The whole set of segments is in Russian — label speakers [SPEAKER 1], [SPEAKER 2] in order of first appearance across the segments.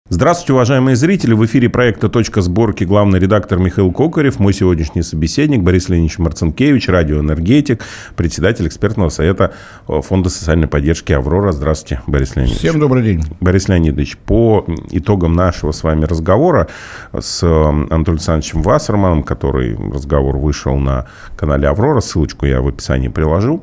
[SPEAKER 1] Здравствуйте, уважаемые зрители. В эфире проекта «Точка сборки» главный редактор Михаил Кокарев, мой сегодняшний собеседник Борис Леонидович Марцинкевич, радиоэнергетик, председатель экспертного совета Фонда социальной поддержки «Аврора». Здравствуйте, Борис Леонидович.
[SPEAKER 2] Всем добрый день.
[SPEAKER 1] Борис Леонидович, по итогам нашего с вами разговора с Анатолием Александровичем Вассерманом, который разговор вышел на канале «Аврора», ссылочку я в описании приложу,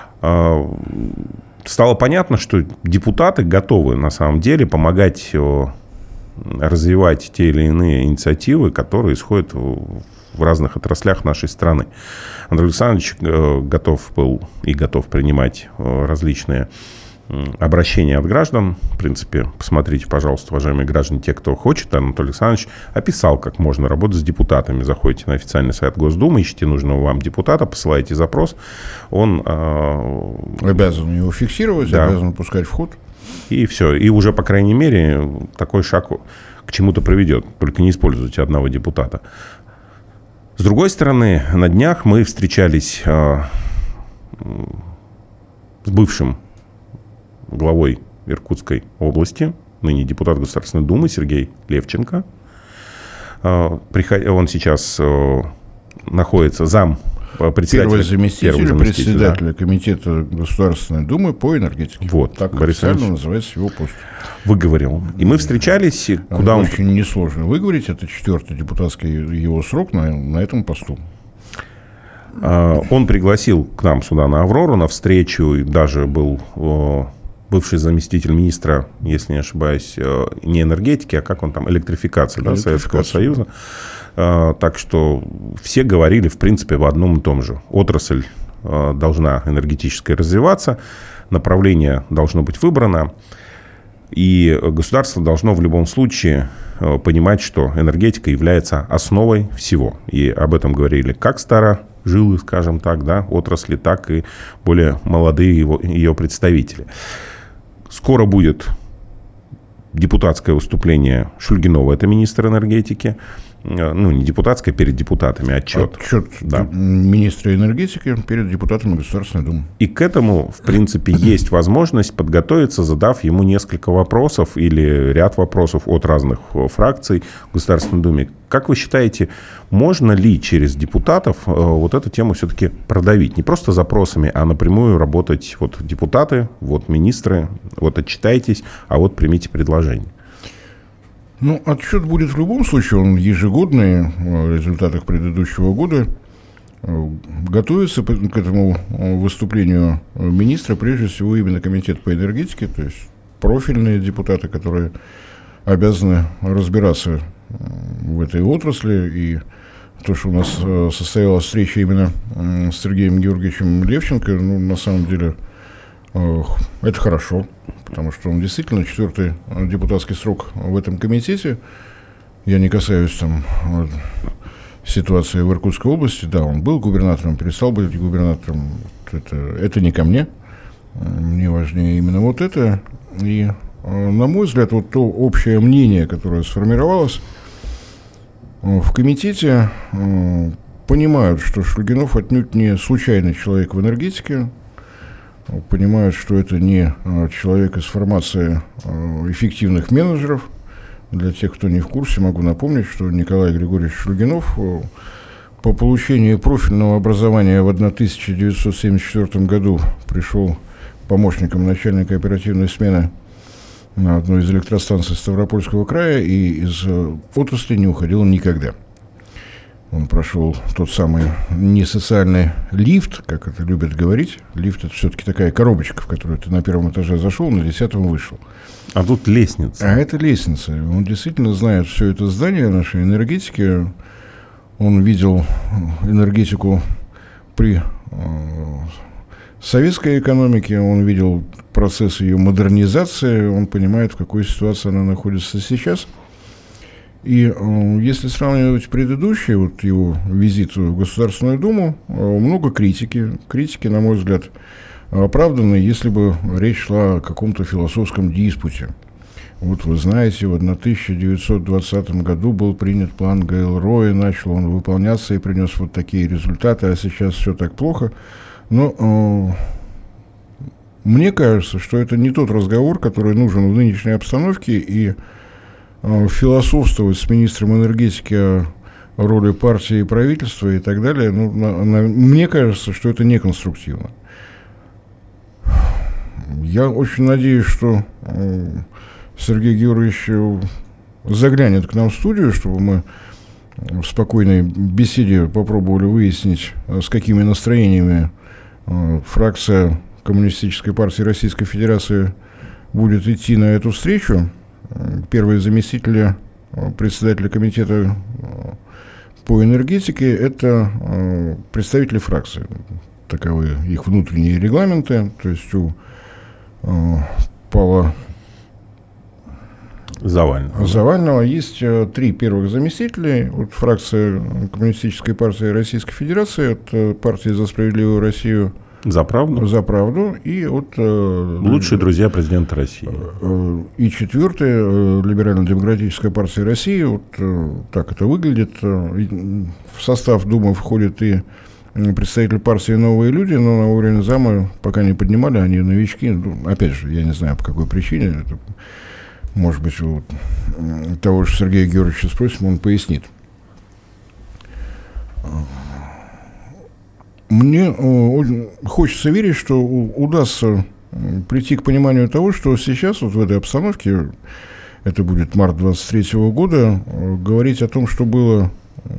[SPEAKER 1] стало понятно, что депутаты готовы на самом деле помогать развивать те или иные инициативы, которые исходят в разных отраслях нашей страны. Анатолий Александрович готов был и готов принимать различные обращения от граждан. В принципе, посмотрите, пожалуйста, уважаемые граждане, те, кто хочет. Анатолий Александрович описал, как можно работать с депутатами. Заходите на официальный сайт Госдумы, ищите нужного вам депутата, посылаете запрос. Он
[SPEAKER 2] обязан его фиксировать, да, обязан пускать в ход.
[SPEAKER 1] И все. И уже, по крайней мере, такой шаг к чему-то приведет. Только не используйте одного депутата. С другой стороны, на днях мы встречались с бывшим главой Иркутской области, ныне депутат Государственной Думы Сергей Левченко. Он сейчас находится
[SPEAKER 2] первый заместитель председателя Комитета Государственной Думы по энергетике.
[SPEAKER 1] Вот,
[SPEAKER 2] так официально называется его пост.
[SPEAKER 1] Выговорил. И мы встречались, куда он...
[SPEAKER 2] Очень несложно выговорить. Это 4-й депутатский его срок на этом посту.
[SPEAKER 1] Он пригласил к нам сюда на «Аврору» на встречу, и даже был бывший заместитель министра, если не ошибаюсь, не энергетики, а как он там, электрификации, да, Советского Союза. Так что все говорили, в принципе, в одном и том же. Отрасль должна энергетически развиваться, направление должно быть выбрано, и государство должно в любом случае понимать, что энергетика является основой всего. И об этом говорили как старожилы, скажем так, да, отрасли, так и более молодые ее представители. Скоро будет депутатское выступление Шульгинова, это министр энергетики. Ну, не депутатское, перед депутатами отчет.
[SPEAKER 2] Отчет министра энергетики перед депутатами Государственной Думы.
[SPEAKER 1] И к этому, в принципе, есть возможность подготовиться, задав ему несколько вопросов или ряд вопросов от разных фракций в Государственной Думе. Как вы считаете, можно ли через депутатов вот эту тему все-таки продавить? Не просто запросами, а напрямую работать. Вот депутаты, вот министры, вот отчитайтесь, а вот примите предложение.
[SPEAKER 2] Ну, отчет будет в любом случае, он ежегодный, в результатах предыдущего года. Готовится к этому выступлению министра, прежде всего, именно комитет по энергетике, то есть профильные депутаты, которые обязаны разбираться в этой отрасли. И то, что у нас состоялась встреча именно с Сергеем Георгиевичем Левченко, ну, на самом деле, это хорошо, потому что он действительно 4-й депутатский срок в этом комитете. Я не касаюсь там ситуации в Иркутской области. Да, он был губернатором, перестал быть губернатором. Это не ко мне. Мне важнее именно вот это. И, на мой взгляд, вот то общее мнение, которое сформировалось в комитете, понимают, что Шульгинов отнюдь не случайный человек в энергетике. Понимают, что это не человек из формации эффективных менеджеров. Для тех, кто не в курсе, могу напомнить, что Николай Григорьевич Шульгинов по получению профильного образования в 1974 году пришел помощником начальника оперативной смены на одной из электростанций Ставропольского края и из отрасли не уходил никогда. Он прошел тот самый несоциальный лифт, как это любят говорить. Лифт – это все-таки такая коробочка, в которую ты на 1-м этаже зашел, на 10-м вышел.
[SPEAKER 1] А тут лестница.
[SPEAKER 2] А это лестница. Он действительно знает все это здание нашей энергетики. Он видел энергетику при советской экономике, он видел процесс ее модернизации, он понимает, в какой ситуации она находится сейчас. И если сравнивать предыдущий вот его визит в Государственную Думу, много критики. Критики, на мой взгляд, оправданы, если бы речь шла о каком-то философском диспуте. Вот вы знаете, в 1920 году был принят план ГЛРО, и начал он выполняться и принес вот такие результаты, а сейчас все так плохо. Но мне кажется, что это не тот разговор, который нужен в нынешней обстановке, и философствовать с министром энергетики о роли партии и правительства и так далее, мне кажется, что это неконструктивно. Я очень надеюсь, что Сергей Георгиевич заглянет к нам в студию, чтобы мы в спокойной беседе попробовали выяснить, с какими настроениями фракция Коммунистической партии Российской Федерации будет идти на эту встречу. Первые заместители председателя комитета по энергетике – это представители фракции. Таковы их внутренние регламенты. То есть у Павла Завального есть 3 первых заместителей от фракции Коммунистической партии Российской Федерации, от партии «За справедливую Россию».
[SPEAKER 1] За правду.
[SPEAKER 2] И от...
[SPEAKER 1] Лучшие друзья президента России.
[SPEAKER 2] И 4-я, Либерально-демократическая партия России. Вот так это выглядит. В состав Думы входят и представители партии «Новые люди», но на уровень зама пока не поднимали, они новички. Опять же, я не знаю, по какой причине. Это, может быть, вот, того же Сергея Георгиевича спросим, он пояснит. Мне хочется верить, что удастся прийти к пониманию того, что сейчас, вот в этой обстановке, это будет март 2023 года, говорить о том, что было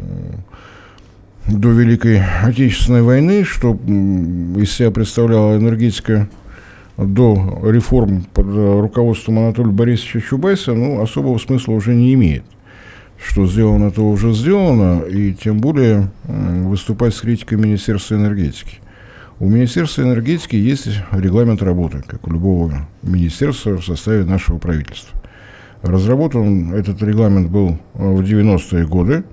[SPEAKER 2] до Великой Отечественной войны, что из себя представляла энергетика до реформ под руководством Анатолия Борисовича Чубайса, особого смысла уже не имеет. Что сделано, то уже сделано, и тем более выступать с критикой Министерства энергетики. У Министерства энергетики есть регламент работы, как у любого министерства в составе нашего правительства. Разработан этот регламент был в 90-е годы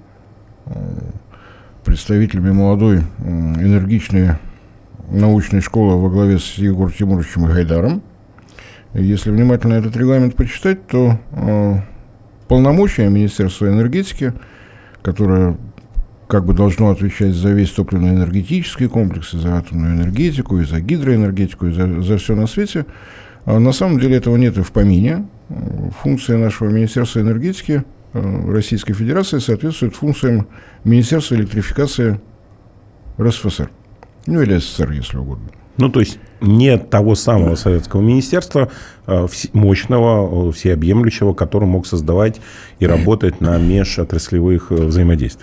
[SPEAKER 2] представителями молодой энергичной научной школы во главе с Егором Тимуровичем Гайдаром. Если внимательно этот регламент почитать, то полномочия Министерства энергетики, которое как бы должно отвечать за весь топливно-энергетический комплекс, и за атомную энергетику, и за гидроэнергетику, и за все на свете, на самом деле этого нет и в помине. Функция нашего Министерства энергетики Российской Федерации соответствует функциям Министерства электрификации РСФСР. Или СССР, если угодно.
[SPEAKER 1] То есть нет того самого советского министерства, мощного, всеобъемлющего, который мог создавать и работать на межотраслевых взаимодействиях.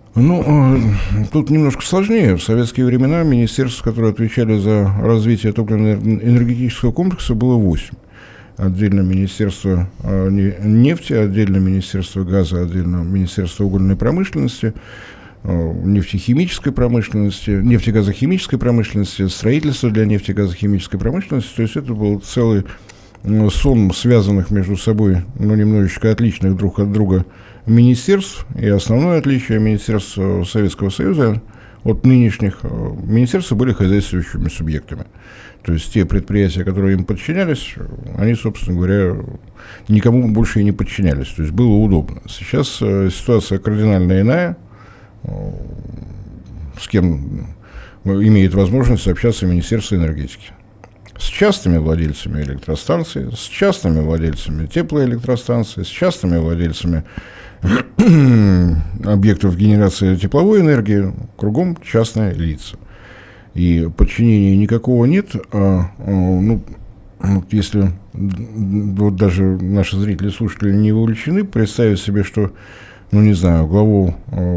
[SPEAKER 2] Тут немножко сложнее. В советские времена министерств, которые отвечали за развитие топливно-энергетического комплекса, было 8. Отдельно Министерство нефти, отдельно Министерство газа, отдельно Министерство угольной промышленности, нефтехимической промышленности, нефтегазохимической промышленности, строительства для нефтегазохимической промышленности. То есть это был целый сон связанных между собой, немножечко отличных друг от друга министерств. И основное отличие министерств Советского Союза от нынешних министерств были хозяйствующими субъектами. То есть те предприятия, которые им подчинялись, они, собственно говоря, никому больше и не подчинялись. То есть было удобно. Сейчас ситуация кардинально иная. С кем имеет возможность общаться Министерство энергетики? С частными владельцами электростанций, с частными владельцами теплоэлектростанций, с частными владельцами объектов генерации тепловой энергии, кругом частные лица. И подчинения никакого нет. Если вот даже наши зрители и слушатели не вовлечены, представить себе, что, главу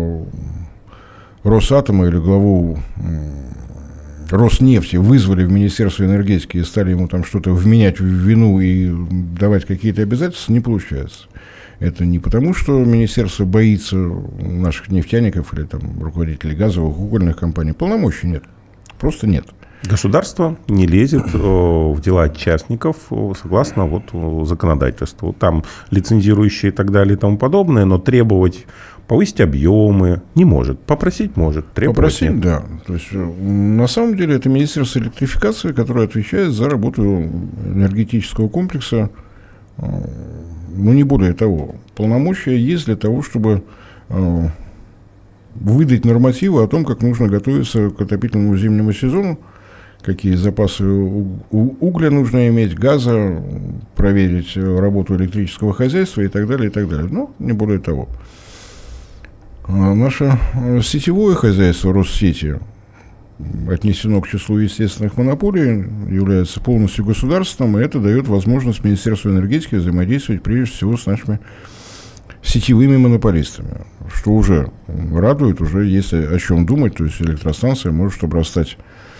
[SPEAKER 2] Росатома или главу Роснефти вызвали в Министерство энергетики и стали ему там что-то вменять в вину и давать какие-то обязательства, не получается. Это не потому, что министерство боится наших нефтяников или там руководителей газовых, угольных компаний. Полномочий нет. Просто нет.
[SPEAKER 1] Государство не лезет в дела частников согласно законодательству. Там лицензирующие и так далее и тому подобное, но требовать повысить объемы не может. Попросить может, требовать
[SPEAKER 2] попросить,
[SPEAKER 1] нет.
[SPEAKER 2] Да. То есть, на самом деле, это Министерство электрификации, которое отвечает за работу энергетического комплекса. Не более того. Полномочия есть для того, чтобы выдать нормативы о том, как нужно готовиться к отопительному зимнему сезону, какие запасы угля нужно иметь, газа, проверить работу электрического хозяйства и так далее, и так далее. Ну, не более того. Наше сетевое хозяйство Россети отнесено к числу естественных монополий, является полностью государственным, и это дает возможность Министерству энергетики взаимодействовать прежде всего с нашими сетевыми монополистами, что уже радует, уже есть о чем думать, то есть электростанция может обрастать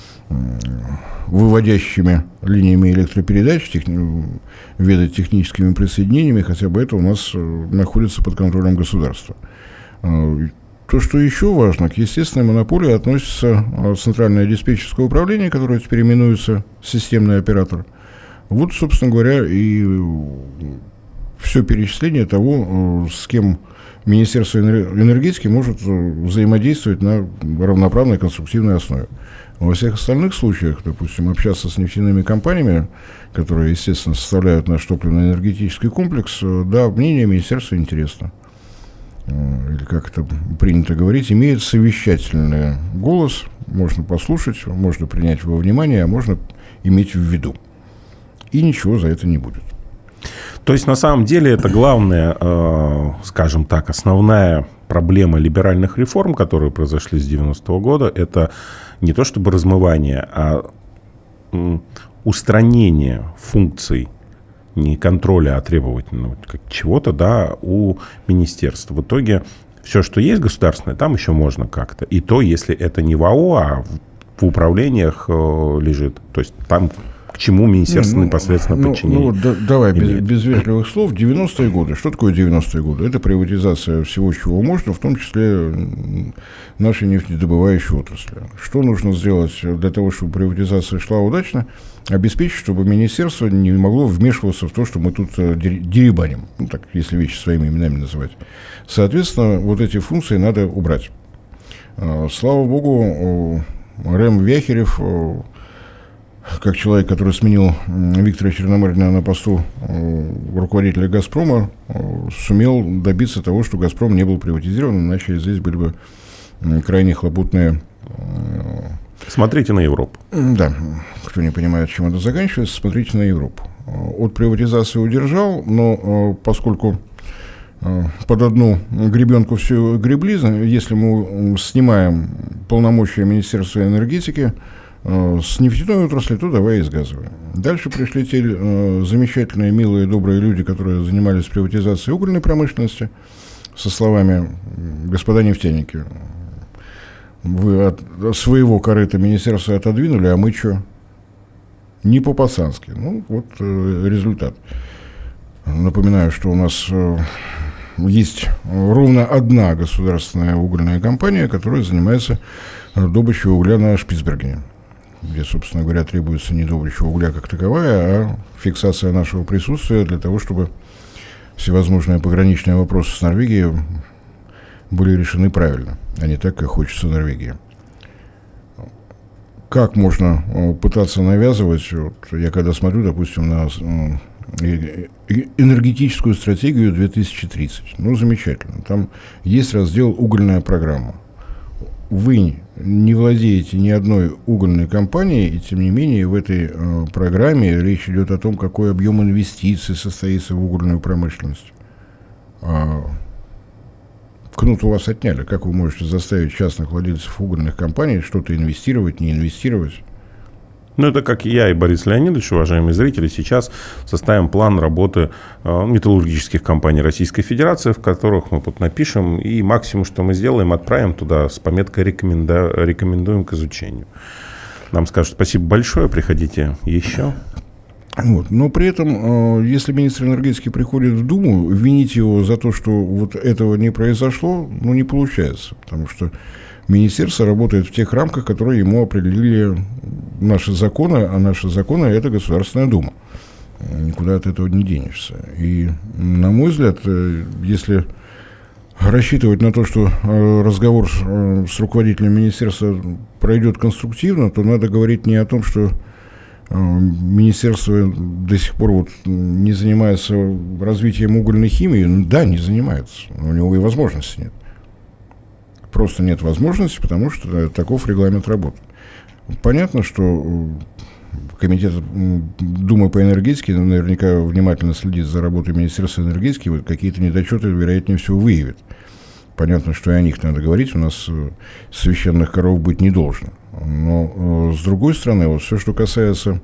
[SPEAKER 2] выводящими линиями электропередач, ведать техническими присоединениями, хотя бы это у нас находится под контролем государства. То, что еще важно, к естественной монополии относится Центральное диспетчерское управление, которое теперь именуется системный оператор. Вот, собственно говоря, и все перечисление того, с кем Министерство энергетики может взаимодействовать на равноправной конструктивной основе. Во всех остальных случаях, допустим, общаться с нефтяными компаниями, которые, естественно, составляют наш топливно-энергетический комплекс, да, мнение министерства интересно. Или, как это принято говорить, имеет совещательный голос, можно послушать, можно принять во внимание, а можно иметь в виду. И ничего за это не будет.
[SPEAKER 1] То есть, на самом деле, это главная, скажем так, основная проблема либеральных реформ, которые произошли с 90-го года, это не то чтобы размывание, а устранение функций не контроля, а требовательного чего-то, да, у министерства. В итоге все, что есть государственное, там еще можно как-то. И то, если это не в АО, а в управлениях лежит. То есть там к чему министерство непосредственно подчинение.
[SPEAKER 2] Давай, без вежливых слов. 90-е годы. Что такое 90-е годы? Это приватизация всего, чего можно, в том числе нашей нефтедобывающей отрасли. Что нужно сделать для того, чтобы приватизация шла удачно? Обеспечить, чтобы министерство не могло вмешиваться в то, что мы тут деребаним. Ну, так, если вещи своими именами называть. Соответственно, вот эти функции надо убрать. Слава богу, Рэм Вяхерев, как человек, который сменил Виктора Черномырдина на посту руководителя «Газпрома», сумел добиться того, что «Газпром» не был приватизирован, иначе здесь были бы крайне хлопотные...
[SPEAKER 1] Смотрите на Европу.
[SPEAKER 2] Да, кто не понимает, чем это заканчивается, смотрите на Европу. От приватизации удержал, но поскольку под одну гребенку все гребли, если мы снимаем полномочия Министерства энергетики с нефтяной отрасли, то давай и с газовой. Дальше пришли те замечательные, милые, добрые люди, которые занимались приватизацией угольной промышленности, со словами: господа нефтяники, вы от своего корыта министерства отодвинули, а мы что? Не по-пацански. Ну, вот результат. Напоминаю, что у нас есть ровно одна государственная угольная компания, которая занимается добычей угля на Шпицбергене, где, собственно говоря, требуется не добыча угля как таковая, а фиксация нашего присутствия для того, чтобы всевозможные пограничные вопросы с Норвегией были решены правильно, а не так, как хочется Норвегии. Как можно пытаться навязывать, вот я когда смотрю, допустим, на энергетическую стратегию 2030, ну, замечательно, там есть раздел «Угольная программа». Вы не владеете ни одной угольной компанией, и тем не менее в этой программе речь идет о том, какой объем инвестиций состоится в угольную промышленность. Кнут у вас отняли. Как вы можете заставить частных владельцев угольных компаний что-то инвестировать, не инвестировать?
[SPEAKER 1] Ну, это как я и Борис Леонидович, уважаемые зрители, сейчас составим план работы металлургических компаний Российской Федерации, в которых мы вот напишем, и максимум, что мы сделаем, отправим туда с пометкой «Рекомендуем к изучению». Нам скажут: спасибо большое, приходите еще.
[SPEAKER 2] Вот. Но при этом, если министр энергетики приходит в Думу, винить его за то, что вот этого не произошло, ну, не получается. Потому что министерство работает в тех рамках, которые ему определили наши законы, а наши законы – это Государственная Дума. Никуда от этого не денешься. И, на мой взгляд, если рассчитывать на то, что разговор с руководителем министерства пройдет конструктивно, то надо говорить не о том, что министерство до сих пор вот не занимается развитием угольной химии. Да, не занимается. У него и возможности нет. Просто нет возможности, потому что таков регламент работы. Понятно, что Комитет Думы по энергетике наверняка внимательно следит за работой Министерства энергетики, какие-то недочеты, вероятнее всего, выявит. Понятно, что и о них надо говорить, у нас священных коров быть не должно. Но, с другой стороны, вот все, что касается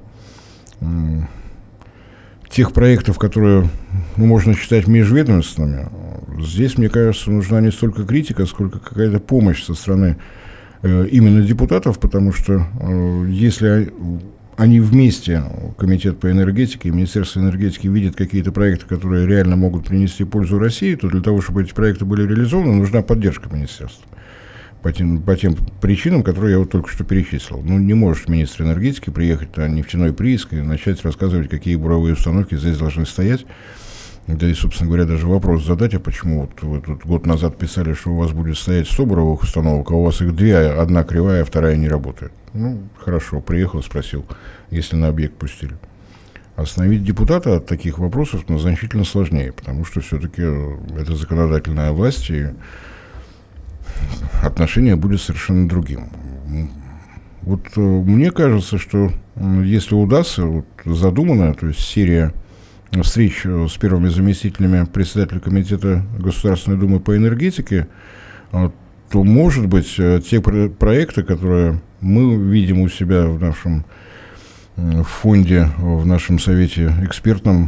[SPEAKER 2] тех проектов, которые можно считать межведомственными, здесь, мне кажется, нужна не столько критика, сколько какая-то помощь со стороны именно депутатов, потому что если они вместе, Комитет по энергетике и Министерство энергетики, видят какие-то проекты, которые реально могут принести пользу России, то для того, чтобы эти проекты были реализованы, нужна поддержка министерства. По тем причинам, которые я вот только что перечислил. Ну, не может министр энергетики приехать на нефтяной прииск и начать рассказывать, какие буровые установки здесь должны стоять. Да и, собственно говоря, даже вопрос задать, а почему вот вы тут год назад писали, что у вас будет стоять 100 буровых установок, а у вас их 2, одна кривая, а вторая не работает. Ну, хорошо, приехал, спросил, если на объект пустили. Остановить депутата от таких вопросов значительно сложнее, потому что все-таки это законодательная власть, и отношение будет совершенно другим. Вот мне кажется, что если удастся, вот задуманная, то есть серия встреч с первыми заместителями председателя Комитета Государственной Думы по энергетике, то, может быть, те проекты, которые мы видим у себя в нашем фонде, в нашем совете экспертном,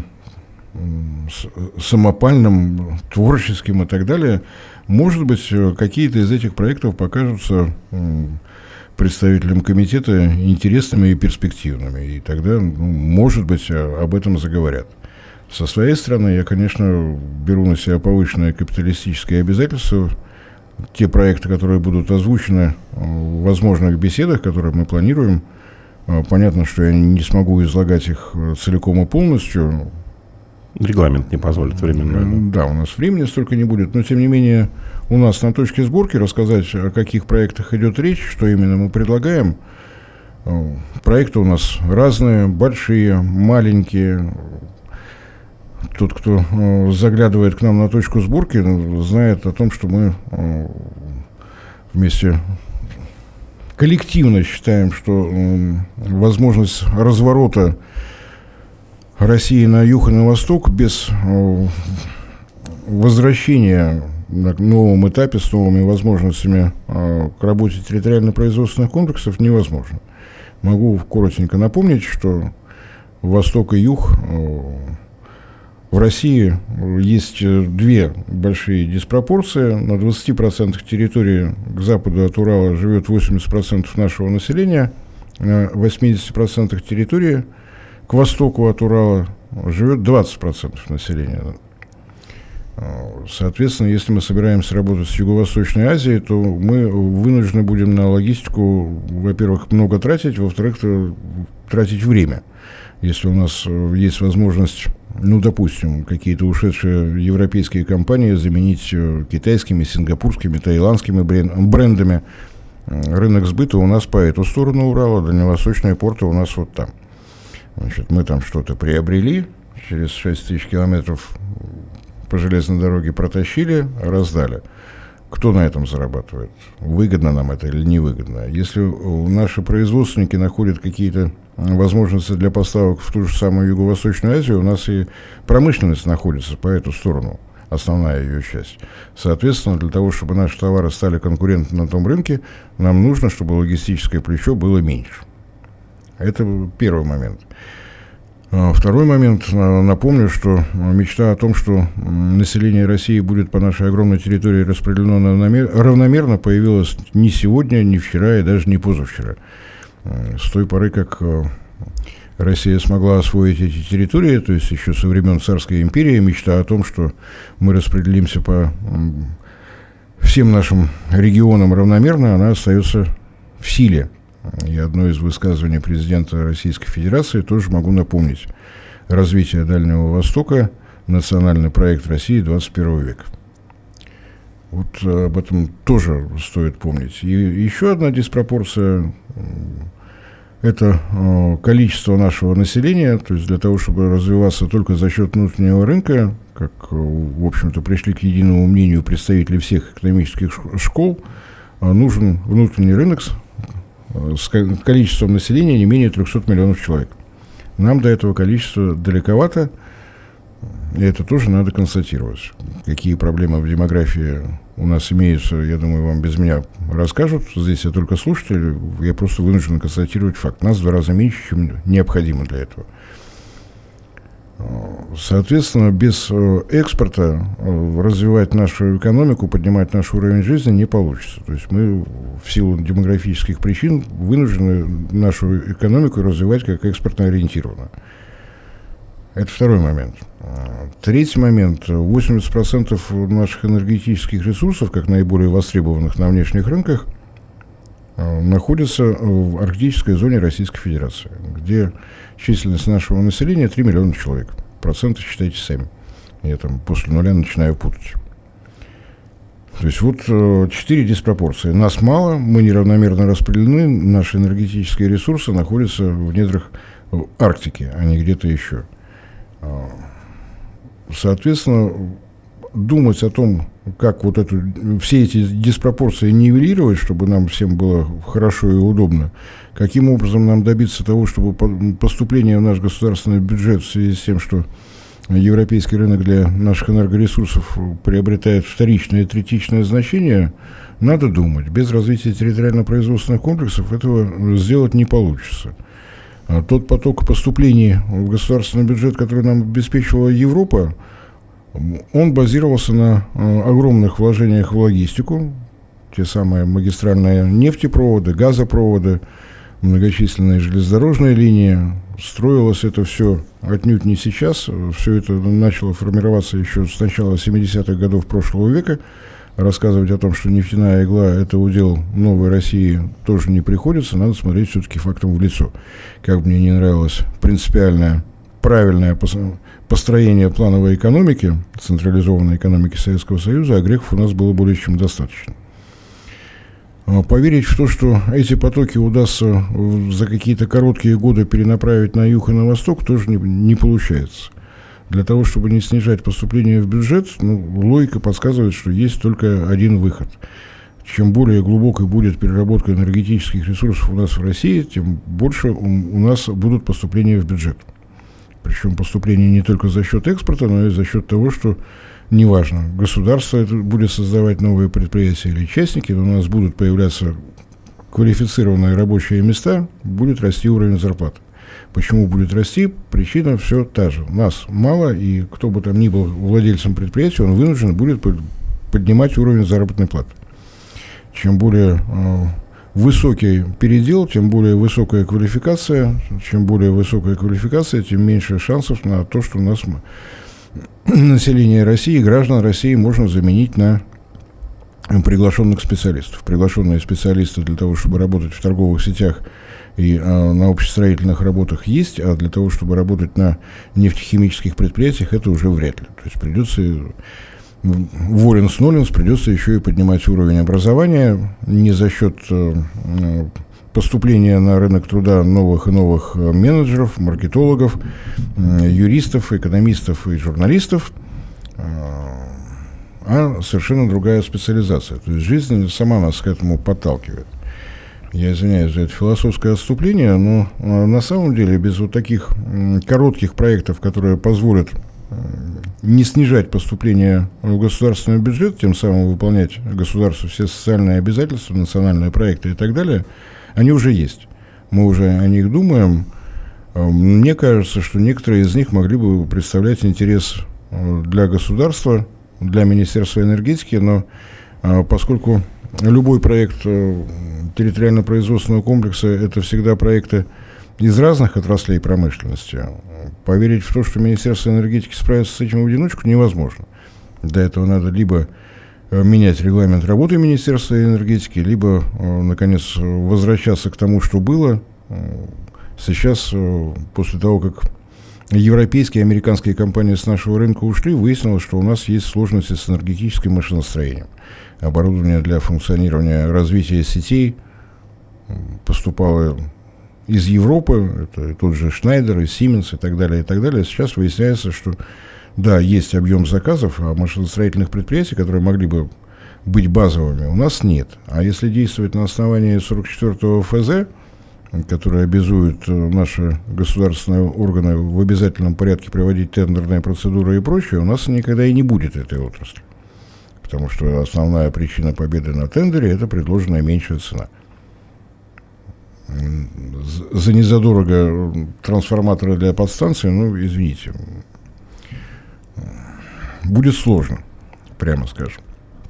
[SPEAKER 2] самопальным, творческим и так далее, может быть, какие-то из этих проектов покажутся представителям комитета интересными и перспективными. И тогда, может быть, об этом заговорят. Со своей стороны, я, конечно, беру на себя повышенное капиталистическое обязательство. Те проекты, которые будут озвучены в возможных беседах, которые мы планируем, понятно, что я не смогу излагать их целиком и полностью.
[SPEAKER 1] Регламент не позволит временно.
[SPEAKER 2] Да, у нас времени столько не будет, но, тем не менее, у нас на точке сборки рассказать, о каких проектах идет речь, что именно мы предлагаем. Проекты у нас разные, большие, маленькие. Тот, кто заглядывает к нам на точку сборки, знает о том, что мы вместе коллективно считаем, что возможность разворота России на юг и на восток без возвращения на новом этапе с новыми возможностями к работе территориально-производственных комплексов невозможно. Могу коротенько напомнить, что восток и юг в России есть две большие диспропорции. На 20% территории к западу от Урала живет 80% нашего населения, на 80% территории к востоку от Урала живет 20% населения. Соответственно, если мы собираемся работать с Юго-Восточной Азией, то мы вынуждены будем на логистику, во-первых, много тратить, во-вторых, тратить время. Если у нас есть возможность, допустим, какие-то ушедшие европейские компании заменить китайскими, сингапурскими, таиландскими брендами, рынок сбыта у нас по эту сторону Урала, дальневосточные порты у нас вот там. Значит, мы там что-то приобрели, через 6 тысяч километров по железной дороге протащили, раздали. Кто на этом зарабатывает? Выгодно нам это или невыгодно? Если наши производственники находят какие-то возможности для поставок в ту же самую Юго-Восточную Азию, у нас и промышленность находится по эту сторону, основная ее часть. Соответственно, для того, чтобы наши товары стали конкурентны на том рынке, нам нужно, чтобы логистическое плечо было меньше. Это первый момент. Второй момент. Напомню, что мечта о том, что население России будет по нашей огромной территории распределено равномерно, появилась не сегодня, не вчера и даже не позавчера. С той поры, как Россия смогла освоить эти территории, то есть еще со времен Царской империи, мечта о том, что мы распределимся по всем нашим регионам равномерно, она остается в силе. И одно из высказываний президента Российской Федерации тоже могу напомнить. Развитие Дальнего Востока – национальный проект России 21 века. Вот об этом тоже стоит помнить. И еще одна диспропорция – это количество нашего населения. То есть для того, чтобы развиваться только за счет внутреннего рынка, как, в общем-то, пришли к единому мнению представители всех экономических школ, нужен внутренний рынок, с количеством населения не менее 300 миллионов человек. Нам до этого количества далековато, и это тоже надо констатировать. Какие проблемы в демографии у нас имеются, я думаю, вам без меня расскажут. Здесь я только слушатель, я просто вынужден констатировать факт. Нас в 2 раза меньше, чем необходимо для этого. Соответственно, без экспорта развивать нашу экономику, поднимать наш уровень жизни не получится. То есть мы в силу демографических причин вынуждены нашу экономику развивать как экспортно ориентированную. Это второй момент. Третий момент. 80% наших энергетических ресурсов, как наиболее востребованных на внешних рынках, находятся в арктической зоне Российской Федерации, где численность нашего населения 3 миллиона человек. Проценты считайте сами. Я там после нуля начинаю путать. То есть вот 4 диспропорции. Нас мало, мы неравномерно распределены, наши энергетические ресурсы находятся в недрах Арктики, а не где-то еще. Соответственно, думать о том, как вот все эти диспропорции нивелировать, чтобы нам всем было хорошо и удобно, каким образом нам добиться того, чтобы поступление в наш государственный бюджет в связи с тем, что европейский рынок для наших энергоресурсов приобретает вторичное и третичное значение, надо думать. Без развития территориально-производственных комплексов этого сделать не получится. Тот поток поступлений в государственный бюджет, который нам обеспечивала Европа, он базировался на огромных вложениях в логистику, те самые магистральные нефтепроводы, газопроводы, многочисленные железнодорожные линии. Строилось это все отнюдь не сейчас, все это начало формироваться еще с начала 70-х годов прошлого века. Рассказывать о том, что нефтяная игла – это удел новой России, тоже не приходится, надо смотреть все-таки фактом в лицо. Как бы мне не нравилось принципиальное, правильное построение плановой экономики, централизованной экономики Советского Союза, а грехов у нас было более чем достаточно. Поверить в то, что эти потоки удастся за какие-то короткие годы перенаправить на юг и на восток, тоже не получается. Для того, чтобы не снижать поступление в бюджет, логика подсказывает, что есть только один выход. Чем более глубокой будет переработка энергетических ресурсов у нас в России, тем больше у нас будут поступления в бюджет. Причем поступления не только за счет экспорта, но и за счет того, что неважно, государство будет создавать новые предприятия или частники, но у нас будут появляться квалифицированные рабочие места, будет расти уровень зарплаты. Почему будет расти? Причина все та же. Нас мало, и кто бы там ни был владельцем предприятия, он вынужден будет поднимать уровень заработной платы. Чем более высокий передел, тем более высокая квалификация. Чем более высокая квалификация, тем меньше шансов на то, что у нас население России, граждан России можно заменить на приглашенных специалистов. Приглашенные специалисты для того, чтобы работать в торговых сетях и на общестроительных работах есть, а для того, чтобы работать на нефтехимических предприятиях, это уже вряд ли. То есть придется, воленс-ноленс, придется еще и поднимать уровень образования не за счет поступления на рынок труда новых и новых менеджеров, маркетологов, юристов, экономистов и журналистов, а совершенно другая специализация. То есть жизнь сама нас к этому подталкивает. Я извиняюсь за это философское отступление, но на самом деле без вот таких коротких проектов, которые позволят не снижать поступления в государственный бюджет, тем самым выполнять государству все социальные обязательства, национальные проекты и так далее, они уже есть. Мы уже о них думаем. Мне кажется, что некоторые из них могли бы представлять интерес для государства, для Министерства энергетики, но поскольку любой проект территориально-производственного комплекса – это всегда проекты из разных отраслей промышленности, поверить в то, что Министерство энергетики справится с этим в одиночку, невозможно. Для этого надо либо менять регламент работы Министерства энергетики, либо, наконец, возвращаться к тому, что было. Сейчас, после того, как европейские и американские компании с нашего рынка ушли, выяснилось, что у нас есть сложности с энергетическим машиностроением. Оборудование для функционирования, развития сетей поступало из Европы, это тот же Schneider, и Siemens и так далее, и так далее. Сейчас выясняется, что да, есть объем заказов, а машиностроительных предприятий, которые могли бы быть базовыми, у нас нет. А если действовать на основании 44-го ФЗ, который обязует наши государственные органы в обязательном порядке проводить тендерные процедуры и прочее, у нас никогда и не будет этой отрасли. Потому что основная причина победы на тендере – это предложенная меньшая цена. За незадорого трансформаторы для подстанции, извините, будет сложно, прямо скажем.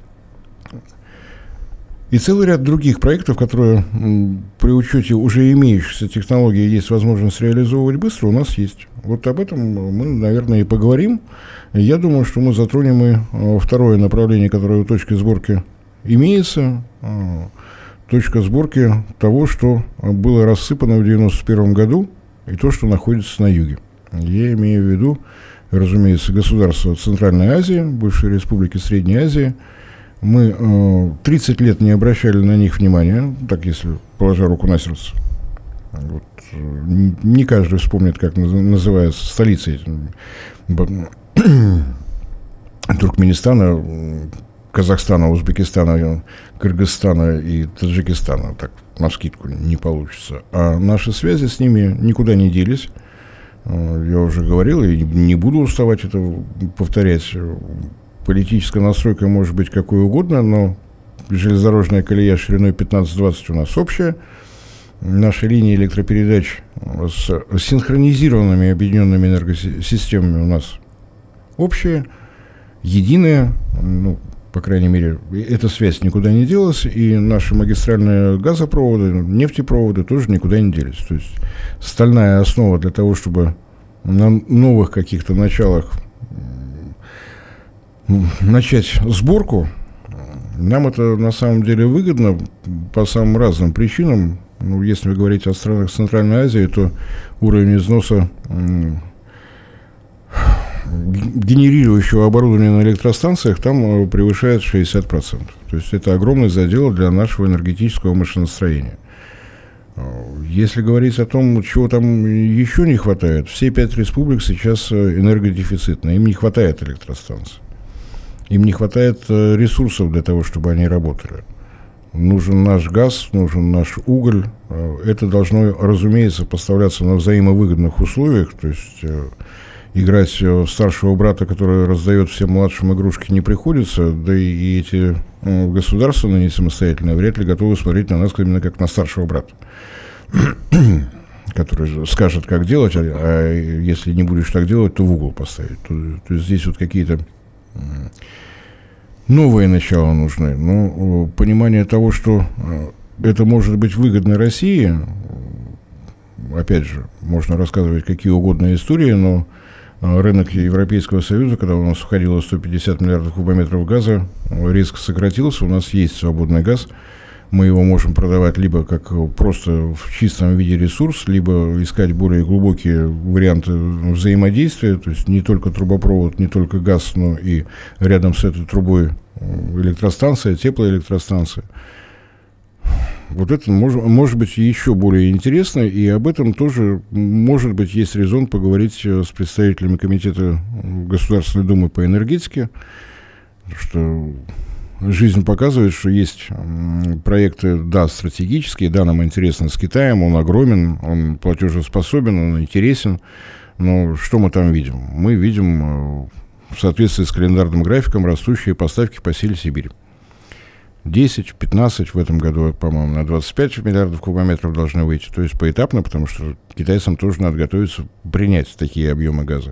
[SPEAKER 2] И целый ряд других проектов, которые при учете уже имеющихся технологий есть возможность реализовывать быстро, у нас есть. Вот об этом мы, наверное, и поговорим. Я думаю, что мы затронем и второе направление, которое у точки сборки имеется. Точка сборки того, что было рассыпано в 1991 году, и то, что находится на юге. Я имею в виду, разумеется, государства Центральной Азии, бывшей республики Средней Азии. Мы 30 лет не обращали на них внимания, так если положа руку на сердце. Вот. Не каждый вспомнит, как называется столица Туркменистана, Казахстана, Узбекистана, Кыргызстана и Таджикистана. Так, навскидку не получится. А наши связи с ними никуда не делись. Я уже говорил, и не буду уставать это повторять. Политическая настройка может быть какой угодно, но железнодорожная колея шириной 15-20 у нас общая. Наши линии электропередач с синхронизированными объединенными энергосистемами у нас общие, единые, по крайней мере, эта связь никуда не делась, и наши магистральные газопроводы, нефтепроводы тоже никуда не делись. То есть стальная основа для того, чтобы на новых каких-то началах начать сборку, нам это на самом деле выгодно по самым разным причинам. Если вы говорите о странах Центральной Азии, то уровень износа генерирующего оборудования на электростанциях там превышает 60%. То есть это огромный задел для нашего энергетического машиностроения. Если говорить о том, чего там еще не хватает, все 5 республик сейчас энергодефицитные, им не хватает электростанций. Им не хватает ресурсов для того, чтобы они работали. Нужен наш газ, нужен наш уголь. Это должно, разумеется, поставляться на взаимовыгодных условиях. То есть играть в старшего брата, который раздает всем младшим игрушки, не приходится. Да и эти государства, не самостоятельные, вряд ли готовы смотреть на нас именно как на старшего брата, который скажет, как делать, а если не будешь так делать, то в угол поставить. То есть здесь вот какие-то новые начала нужны. Но понимание того, что это может быть выгодно России, опять же, можно рассказывать какие угодно истории, но рынок Европейского Союза, когда у нас входило 150 миллиардов кубометров газа, резко сократился, у нас есть свободный газ, мы его можем продавать либо как просто в чистом виде ресурс, либо искать более глубокие варианты взаимодействия, то есть не только трубопровод, не только газ, но и рядом с этой трубой электростанция, теплоэлектростанция. Вот это может быть еще более интересно, и об этом тоже, может быть, есть резон поговорить с представителями Комитета Государственной Думы по энергетике, что жизнь показывает, что есть проекты, да, стратегические, да, нам интересно с Китаем, он огромен, он платежеспособен, он интересен, но что мы там видим? Мы видим в соответствии с календарным графиком растущие поставки по силе Сибири. 10-15 в этом году, по-моему, на 25 миллиардов кубометров должны выйти, то есть поэтапно, потому что китайцам тоже надо готовиться принять такие объемы газа.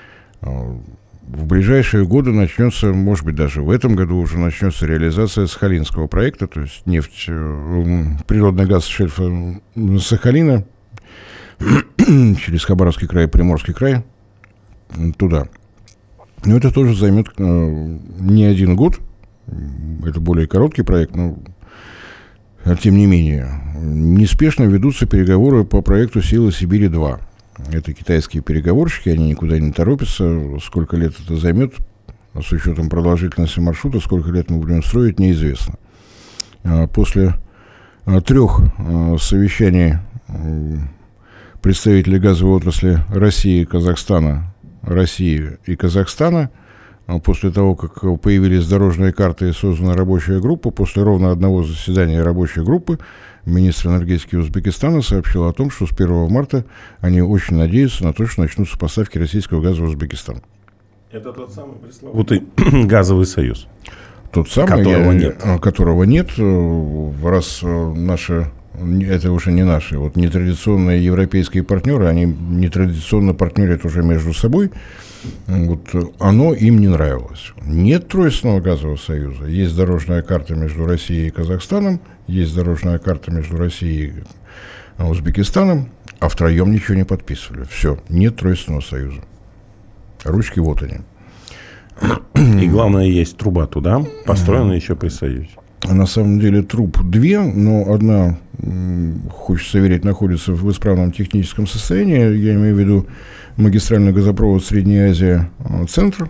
[SPEAKER 2] В ближайшие годы начнется, может быть, даже в этом году уже начнется реализация Сахалинского проекта, то есть нефть, природный газ с шельфа Сахалина через Хабаровский край, Приморский край, туда. Но это тоже займет не один год, это более короткий проект, но тем не менее. Неспешно ведутся переговоры по проекту «Сила Сибири-2». Это китайские переговорщики, они никуда не торопятся. Сколько лет это займет, с учетом продолжительности маршрута, сколько лет мы будем строить, неизвестно. После 3 совещаний представителей газовой отрасли России и Казахстана, после того, как появились дорожные карты и создана рабочая группа, после ровно одного заседания рабочей группы министр энергетики Узбекистана сообщил о том, что с 1 марта они очень надеются на то, что начнутся поставки российского газа в Узбекистан.
[SPEAKER 1] Это тот самый пресловутый газовый союз.
[SPEAKER 2] Тот самый, которого нет, раз наши, это уже не наши, вот нетрадиционные европейские партнеры, они нетрадиционно партнерят уже между собой, вот оно им не нравилось. Нет тройственного газового союза, есть дорожная карта между Россией и Казахстаном, есть дорожная карта между Россией и Узбекистаном, а втроем ничего не подписывали. Все, нет тройственного союза. Ручки вот они.
[SPEAKER 1] И главное, есть труба туда, построена еще при Союзе.
[SPEAKER 2] На самом деле труб две, но одна, хочется верить, находится в исправном техническом состоянии. Я имею в виду магистральный газопровод Средняя Азия Центр.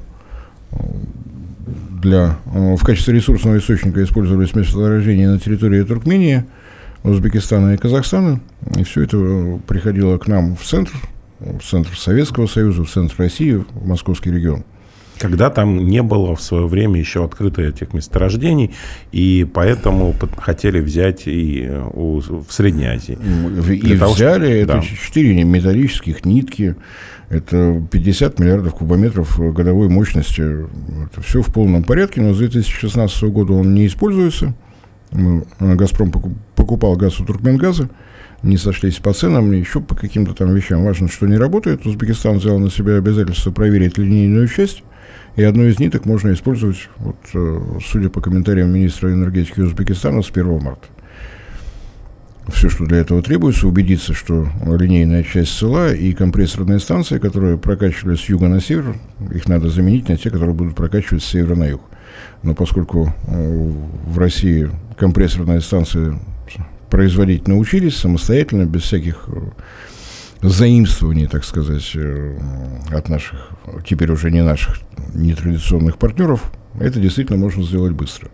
[SPEAKER 2] В качестве ресурсного источника использовались месторождения на территории Туркмении, Узбекистана и Казахстана. И все это приходило к нам в центр Советского Союза, в центр России, в Московский регион.
[SPEAKER 1] Когда там не было в свое время еще открыто этих месторождений, и поэтому хотели взять и в Средней Азии.
[SPEAKER 2] И взяли, это 4 металлических нитки, это 50 миллиардов кубометров годовой мощности. Это все в полном порядке, но с 2016 года он не используется. «Газпром» покупал газ у «Туркменгаза», не сошлись по ценам, еще по каким-то там вещам. Важно, что не работает. Узбекистан взял на себя обязательство проверить линейную часть, и одну из ниток можно использовать, вот, судя по комментариям министра энергетики Узбекистана, с 1 марта. Все, что для этого требуется, убедиться, что линейная часть цела и компрессорные станции, которые прокачивались с юга на север, их надо заменить на те, которые будут прокачивать с севера на юг. Но поскольку в России компрессорные станции производить научились самостоятельно, без всяких заимствований, так сказать, от наших, теперь уже не наших, нетрадиционных партнеров, это действительно можно сделать быстро.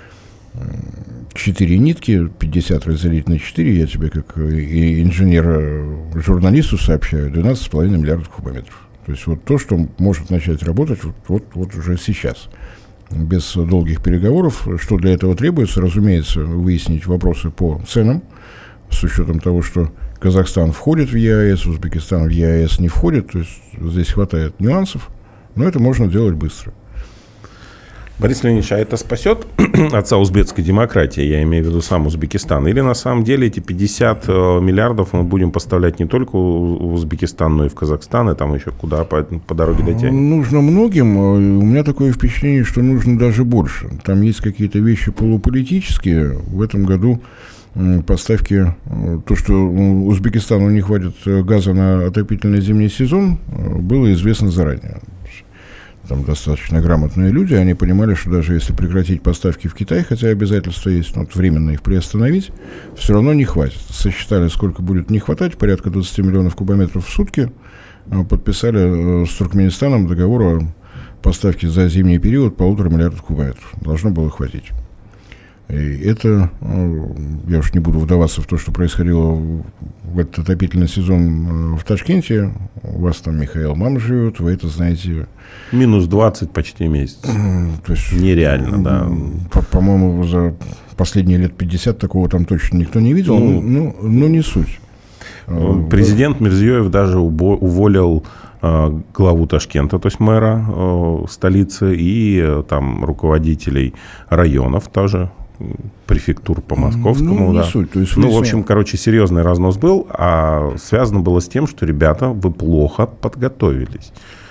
[SPEAKER 2] 4 нитки, 50 разделить на 4, я тебе как инженер-журналисту сообщаю, 12,5 миллиардов кубометров. То есть вот то, что может начать работать вот уже сейчас. Без долгих переговоров. Что для этого требуется? Разумеется, выяснить вопросы по ценам, с учетом того, что Казахстан входит в ЕАЭС, Узбекистан в ЕАЭС не входит, то есть здесь хватает нюансов, но это можно делать быстро.
[SPEAKER 1] Борис Леонидович, а это спасет отца узбекской демократии, я имею в виду сам Узбекистан? Или на самом деле эти 50 миллиардов мы будем поставлять не только в Узбекистан, но и в Казахстан, и там еще куда по дороге дотянет?
[SPEAKER 2] Нужно многим. У меня такое впечатление, что нужно даже больше. Там есть какие-то вещи полуполитические. В этом году поставки, то, что Узбекистану не хватит газа на отопительный зимний сезон, было известно заранее. Там достаточно грамотные люди, они понимали, что даже если прекратить поставки в Китай, хотя обязательства есть, но временно их приостановить, все равно не хватит. Сосчитали, сколько будет не хватать, порядка 20 миллионов кубометров в сутки, подписали с Туркменистаном договор о поставке за зимний период 1,5 миллиарда кубометров. Должно было хватить. И это, я уж не буду вдаваться в то, что происходило в этот отопительный сезон в Ташкенте. У вас там Михаил Мам живет, вы это знаете.
[SPEAKER 1] Минус 20 почти месяц.
[SPEAKER 2] То есть,
[SPEAKER 1] нереально, да.
[SPEAKER 2] По-моему, за последние лет 50 такого там точно никто не видел, но не суть.
[SPEAKER 1] Президент Мирзиёев даже уволил главу Ташкента, то есть мэра столицы, и там руководителей районов тоже, префектур по московскому.
[SPEAKER 2] Не суть. То есть,
[SPEAKER 1] в общем, серьезный разнос был, а связано было с тем, что, ребята, вы плохо подготовились.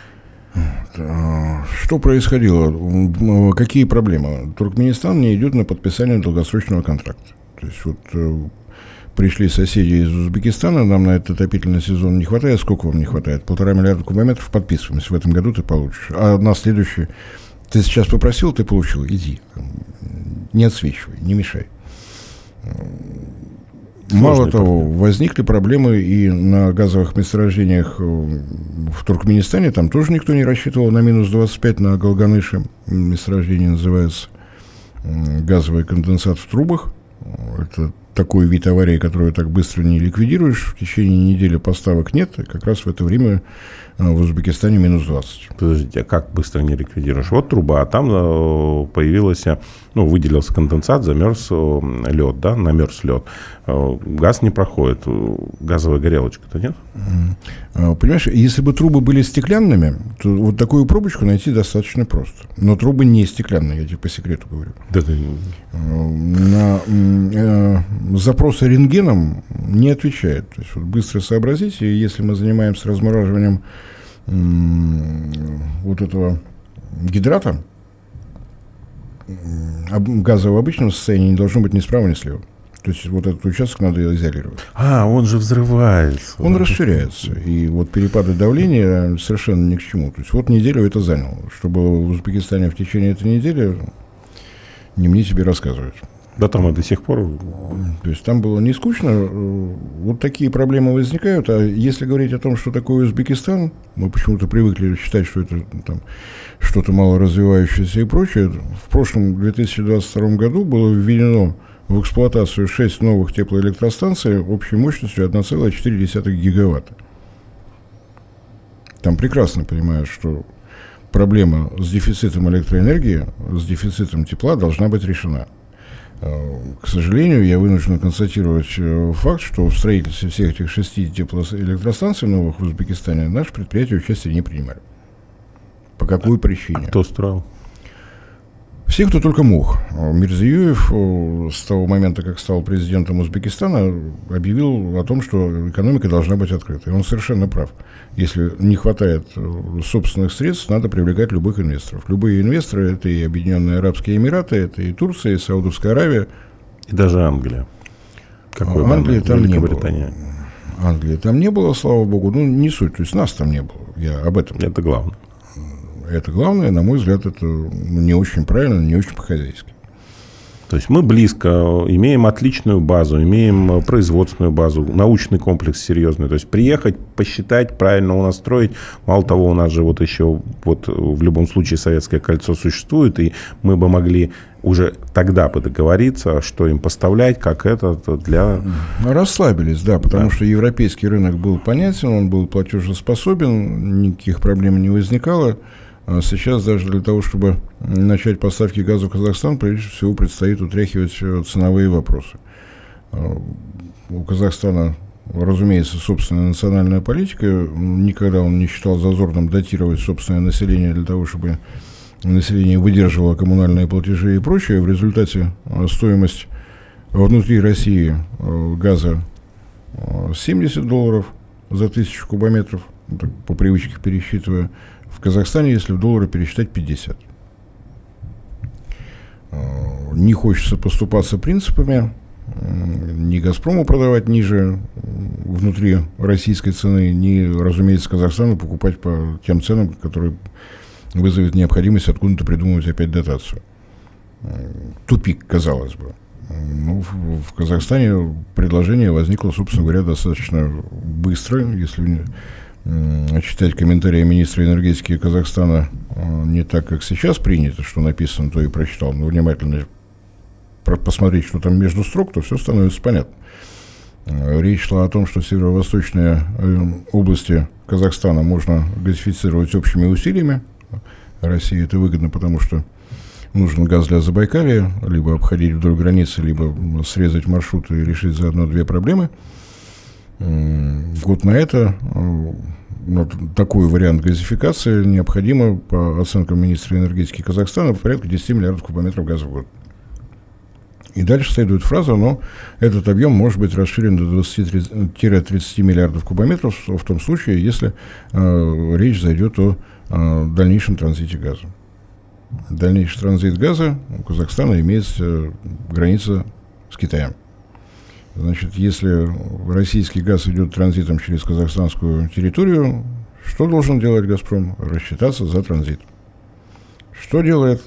[SPEAKER 2] Что происходило? Какие проблемы? Туркменистан не идет на подписание долгосрочного контракта. То есть пришли соседи из Узбекистана, нам на этот отопительный сезон не хватает. Сколько вам не хватает? 1,5 миллиарда кубометров подписываемся. В этом году ты получишь. А на следующий ты сейчас попросил, ты получил. Иди. Не отсвечивай, не мешай. Мало того, возникли проблемы и на газовых месторождениях в Туркменистане. Там тоже никто не рассчитывал на минус 25 на Галганыше. Месторождение называется газовый конденсат в трубах. Это такой вид аварии, которую так быстро не ликвидируешь, в течение недели поставок нет, и как раз в это время в Узбекистане минус 20.
[SPEAKER 1] Подождите, а как быстро не ликвидируешь? Вот труба, а там появилась, выделился конденсат, замерз лед, да, намерз лед. Газ не проходит, газовая горелочка-то нет?
[SPEAKER 2] Понимаешь, если бы трубы были стеклянными, то вот такую пробочку найти достаточно просто. Но трубы не стеклянные, я тебе по секрету говорю.
[SPEAKER 1] Да.
[SPEAKER 2] На запросы рентгеном не отвечает. То есть вот быстро сообразите, если мы занимаемся размораживанием вот этого гидрата, газа в обычном состоянии не должно быть ни справа, ни слева. То есть вот этот участок надо изолировать.
[SPEAKER 1] Он же взрывается.
[SPEAKER 2] Он расширяется. И вот перепады давления совершенно ни к чему. То есть вот неделю это заняло. Что было в Узбекистане в течение этой недели, не мне тебе рассказывать.
[SPEAKER 1] Да там и до сих пор.
[SPEAKER 2] То есть там было не скучно. Вот такие проблемы возникают. А если говорить о том, что такое Узбекистан, мы почему-то привыкли считать, что это там что-то мало развивающееся и прочее. В прошлом 2022 году было введено в эксплуатацию 6 новых теплоэлектростанций общей мощностью 1,4 гигаватта. Там прекрасно понимают, что проблема с дефицитом электроэнергии, с дефицитом тепла должна быть решена. К сожалению, я вынужден констатировать факт, что в строительстве всех этих 6 теплоэлектростанций новых в Узбекистане наши предприятия участия не принимали. По какой причине?
[SPEAKER 1] Кто строил?
[SPEAKER 2] Все, кто только мог. Мирзиёев с того момента, как стал президентом Узбекистана, объявил о том, что экономика должна быть открытой. Он совершенно прав. Если не хватает собственных средств, надо привлекать любых инвесторов. Любые инвесторы – это и Объединенные Арабские Эмираты, это и Турция, и Саудовская Аравия.
[SPEAKER 1] И даже Англия.
[SPEAKER 2] Англии там не было. Англии там не было, слава богу. Не суть. То есть нас там не было. Я об этом.
[SPEAKER 1] Это главное.
[SPEAKER 2] Это главное, на мой взгляд, это не очень правильно, не очень по-хозяйски.
[SPEAKER 1] То есть мы близко, имеем отличную базу, имеем производственную базу, научный комплекс серьезный. То есть приехать, посчитать, правильно его настроить. Мало того, у нас же вот еще в любом случае Советское кольцо существует, и мы бы могли уже тогда бы договориться, что им поставлять, как это для...
[SPEAKER 2] Расслабились, да, потому что европейский рынок был понятен, он был платежеспособен, никаких проблем не возникало. А сейчас даже для того, чтобы начать поставки газа в Казахстан, прежде всего предстоит утряхивать ценовые вопросы. У Казахстана, разумеется, собственная национальная политика. Никогда он не считал зазорным датировать собственное население для того, чтобы население выдерживало коммунальные платежи и прочее. В результате стоимость внутри России газа $70 за 1000 кубометров, по привычке пересчитывая. В Казахстане, если в доллары пересчитать, 50. Не хочется поступаться принципами, ни «Газпрому» продавать ниже внутри российской цены, ни, разумеется, Казахстану покупать по тем ценам, которые вызовет необходимость откуда-то придумывать опять дотацию. Тупик, казалось бы. В Казахстане предложение возникло, собственно говоря, достаточно быстро, если читать комментарии министра энергетики Казахстана не так, как сейчас принято, что написано, то и прочитал, но внимательно посмотреть, что там между строк, то все становится понятно. Речь шла о том, что северо-восточные области Казахстана можно газифицировать общими усилиями. России это выгодно, потому что нужен газ для Забайкалья, либо обходить вдоль границы, либо срезать маршруты и решить заодно две проблемы. Вот на это, такой вариант газификации необходимо, по оценкам министра энергетики Казахстана, порядка 10 миллиардов кубометров газа в год. И дальше следует фраза, но этот объем может быть расширен до 20-30 миллиардов кубометров в том случае, если речь зайдет о дальнейшем транзите газа. Дальнейший транзит газа у Казахстана имеет граница с Китаем. Значит, если российский газ идет транзитом через казахстанскую территорию, что должен делать «Газпром»? Рассчитаться за транзит. Что делает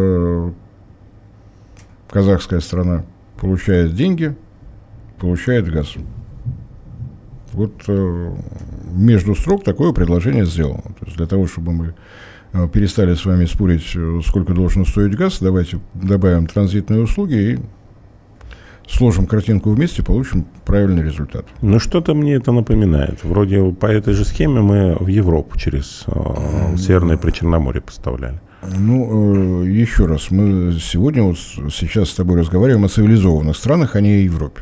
[SPEAKER 2] казахская страна? Получает деньги, получает газ. Вот между строк такое предложение сделано. То есть для того, чтобы мы перестали с вами спорить, сколько должен стоить газ, давайте добавим транзитные услуги и сложим картинку вместе, получим правильный результат.
[SPEAKER 1] Ну, что-то мне это напоминает. Вроде по этой же схеме мы в Европу через Северное Причерноморье поставляли.
[SPEAKER 2] Ну, еще раз, мы сегодня, вот сейчас с тобой разговариваем о цивилизованных странах, а не о Европе.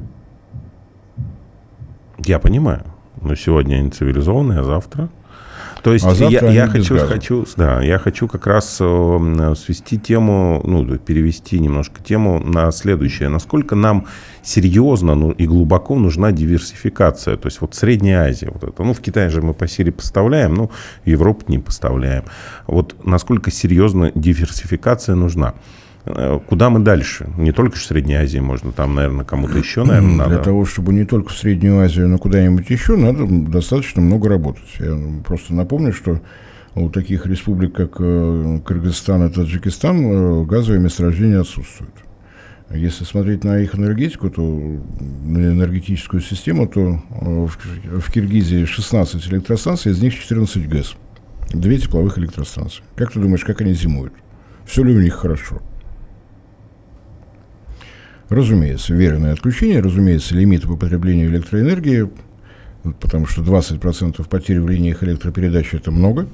[SPEAKER 1] Я понимаю. Но сегодня они цивилизованные, а завтра... То есть я хочу как раз свести тему, перевести немножко тему на следующее. Насколько нам серьезно и глубоко нужна диверсификация. То есть вот Средняя Азия. Вот это. В Китае же мы по Сирии поставляем, в Европу не поставляем. Вот насколько серьезно диверсификация нужна. Куда мы дальше? Не только в Средней Азии можно, там, наверное, кому-то еще, надо.
[SPEAKER 2] Для того, чтобы не только в Среднюю Азию, но куда-нибудь еще, надо достаточно много работать. Я просто напомню, что у таких республик, как Кыргызстан и Таджикистан, газовые месторождения отсутствуют. Если смотреть на их энергетику, то на энергетическую систему, то в Киргизии 16 электростанций, из них 14 ГЭС. 2 тепловых электростанции. Как ты думаешь, как они зимуют? Все ли у них хорошо? Разумеется, верное отключение, разумеется, лимиты по потреблению электроэнергии, потому что 20% потерь в линиях электропередачи – это много.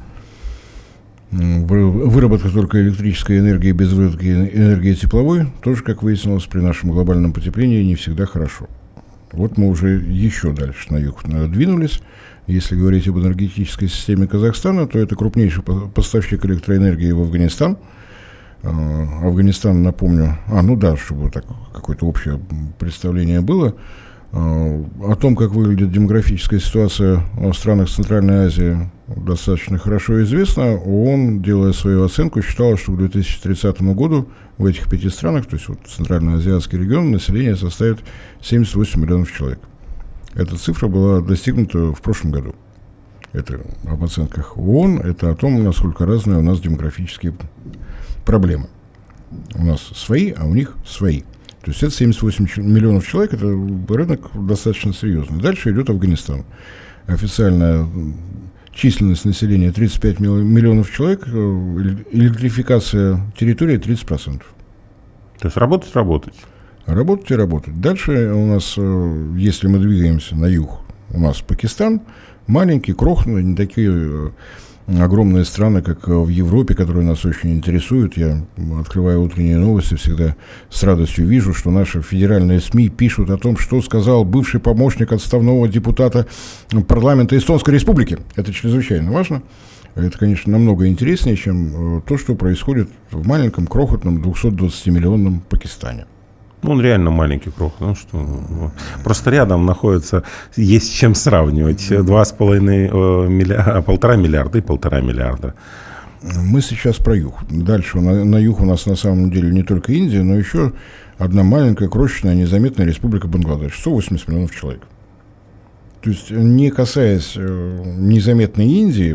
[SPEAKER 2] Выработка только электрической энергии без выработки энергии тепловой тоже, как выяснилось, при нашем глобальном потеплении не всегда хорошо. Вот мы уже еще дальше на юг двинулись. Если говорить об энергетической системе Казахстана, то это крупнейший поставщик электроэнергии в Афганистан. Афганистан, напомню, чтобы так какое-то общее представление было о том, как выглядит демографическая ситуация в странах Центральной Азии, достаточно хорошо известно. ООН, делая свою оценку, считала, что к 2030 году в этих 5 странах, то есть вот Центральноазиатский регион, население составит 78 миллионов человек. Эта цифра была достигнута в прошлом году. Это об оценках ООН, это о том, насколько разные у нас демографические проблемы. У нас свои, а у них свои. То есть это 78 миллионов человек, это рынок достаточно серьезный. Дальше идет Афганистан. Официальная численность населения 35 миллионов человек, электрификация территории 30%.
[SPEAKER 1] То есть работать.
[SPEAKER 2] Работать и работать. Дальше у нас, если мы двигаемся на юг, у нас Пакистан, маленький, крохотный, не такие огромные страны, как в Европе, которые нас очень интересуют. Я, открывая утренние новости, всегда с радостью вижу, что наши федеральные СМИ пишут о том, что сказал бывший помощник отставного депутата парламента Эстонской Республики. Это чрезвычайно важно. Это, конечно, намного интереснее, чем то, что происходит в маленьком, крохотном, 220-миллионном Пакистане.
[SPEAKER 1] Он реально маленький крохотный. Просто рядом находится, есть с чем сравнивать. 1,5 миллиарда и 1,5 миллиарда.
[SPEAKER 2] Мы сейчас про юг. Дальше на юг у нас на самом деле не только Индия, но еще одна маленькая, крошечная, незаметная республика Бангладеш. 180 миллионов человек. То есть, не касаясь незаметной Индии,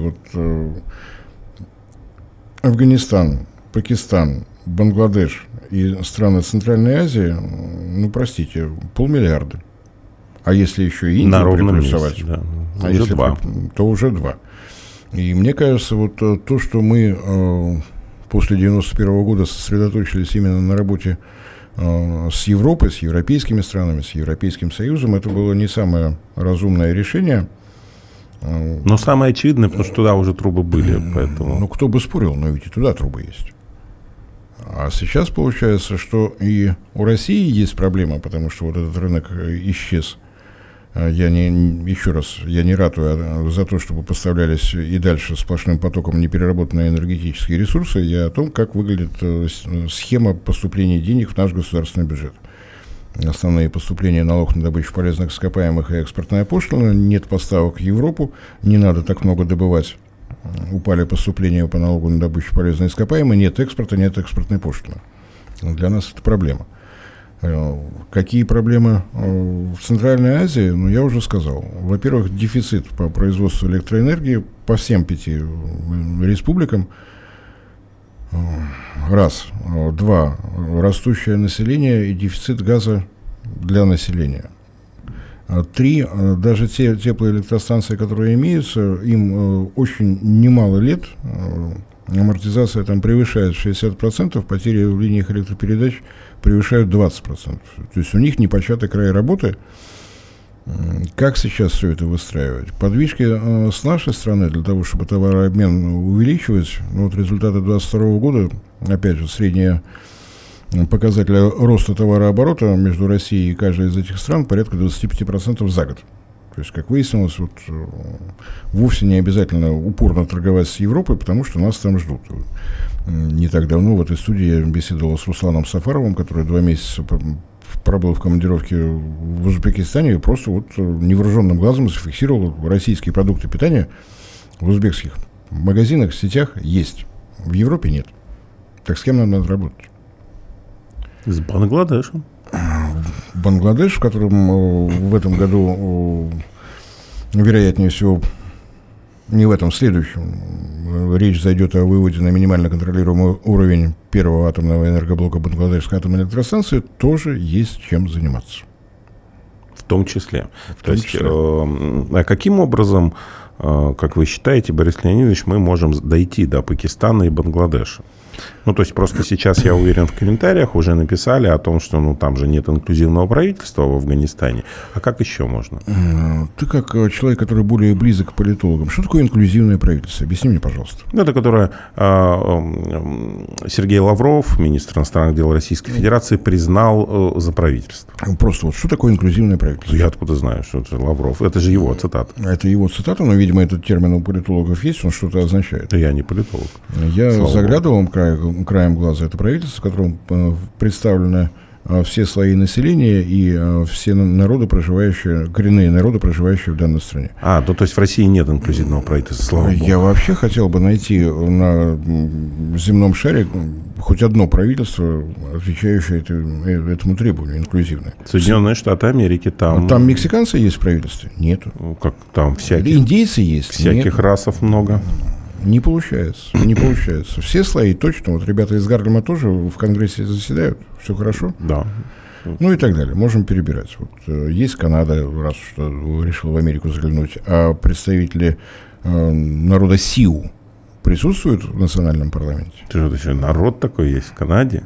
[SPEAKER 2] Афганистан, Пакистан, Бангладеш и страны Центральной Азии, 500 миллиарда. А если еще и Индию приплюсовать, то уже 2. И мне кажется, то, что мы после 91 года сосредоточились именно на работе с Европой, с европейскими странами, с Европейским Союзом, это было не самое разумное решение.
[SPEAKER 1] Но самое очевидное, потому что туда уже трубы были. Поэтому...
[SPEAKER 2] кто бы спорил, но ведь и туда трубы есть. А сейчас получается, что и у России есть проблема, потому что этот рынок исчез. Я не ратую за то, чтобы поставлялись и дальше сплошным потоком непереработанные энергетические ресурсы. Я о том, как выглядит схема поступления денег в наш государственный бюджет. Основные поступления: налог на добычу полезных ископаемых и экспортная пошлина. Нет поставок в Европу, не надо так много добывать. Упали поступления по налогу на добычу полезных ископаемых, нет экспорта, нет экспортной пошлины. Для нас это проблема. Какие проблемы в Центральной Азии? Я уже сказал. Во-первых, дефицит по производству электроэнергии по всем 5 республикам. Раз. 2. Растущее население и дефицит газа для населения. 3. Даже те теплоэлектростанции, которые имеются, им очень немало лет, амортизация там превышает 60%, потери в линиях электропередач превышают 20%. То есть у них непочатый край работы. Как сейчас все это выстраивать? Подвижки с нашей стороны для того, чтобы товарообмен увеличивать, вот результаты 2022 года, опять же, средняя показатель роста товарооборота между Россией и каждой из этих стран порядка 25% за год. То есть, как выяснилось, вот, вовсе не обязательно упорно торговать с Европой, потому что нас там ждут. Не так давно в этой студии я беседовал с Русланом Сафаровым, который 2 месяца пробыл в командировке в Узбекистане и просто вот невооруженным глазом зафиксировал российские продукты питания в узбекских магазинах, сетях есть. В Европе нет. Так с кем нам надо работать?
[SPEAKER 1] С Бангладешем.
[SPEAKER 2] Бангладеш, в котором в этом году, вероятнее всего, не в этом, в следующем, речь зайдет о выводе на минимально контролируемый уровень первого атомного энергоблока Бангладешской атомной электростанции, тоже есть чем заниматься.
[SPEAKER 1] В том числе. То есть, а каким образом, как вы считаете, Борис Леонидович, мы можем дойти до Пакистана и Бангладеша? Ну, то есть, просто сейчас, я уверен, в комментариях уже написали о том, что, ну, там же нет инклюзивного правительства в Афганистане. А как еще можно?
[SPEAKER 2] Ты, как человек, который более близок к политологам, что такое инклюзивное правительство? Объясни мне, пожалуйста.
[SPEAKER 1] Это которое Сергей Лавров, министр иностранных дел Российской Федерации, признал за правительство.
[SPEAKER 2] Просто вот что такое инклюзивное правительство?
[SPEAKER 1] Я откуда знаю, что это Лавров? Это же его цитата.
[SPEAKER 2] Это его цитата, но, видимо, этот термин у политологов есть, он что-то означает.
[SPEAKER 1] Я не политолог.
[SPEAKER 2] Я заглядывал краем глаза это правительство, в котором представлены все слои населения и все народы, проживающие, коренные народы, проживающие в данной стране.
[SPEAKER 1] То есть в России нет инклюзивного правительства, слава богу.
[SPEAKER 2] Я вообще хотел бы найти на земном шаре хоть одно правительство, отвечающее этому требованию, инклюзивное.
[SPEAKER 1] Соединенные Штаты Америки там...
[SPEAKER 2] Там мексиканцы есть в правительстве? Нету.
[SPEAKER 1] Как там всяких...
[SPEAKER 2] Индейцы есть?
[SPEAKER 1] Всяких
[SPEAKER 2] Нету.
[SPEAKER 1] Расов много.
[SPEAKER 2] Не получается, не получается. Все слои точно. Вот ребята из Гарлема тоже в Конгрессе заседают. Все хорошо?
[SPEAKER 1] Да.
[SPEAKER 2] Ну и так далее. Можем перебирать. Вот, есть Канада, раз что решил в Америку заглянуть. А представители народа Сиу присутствуют в национальном парламенте?
[SPEAKER 1] Ты что, еще народ такой есть в Канаде?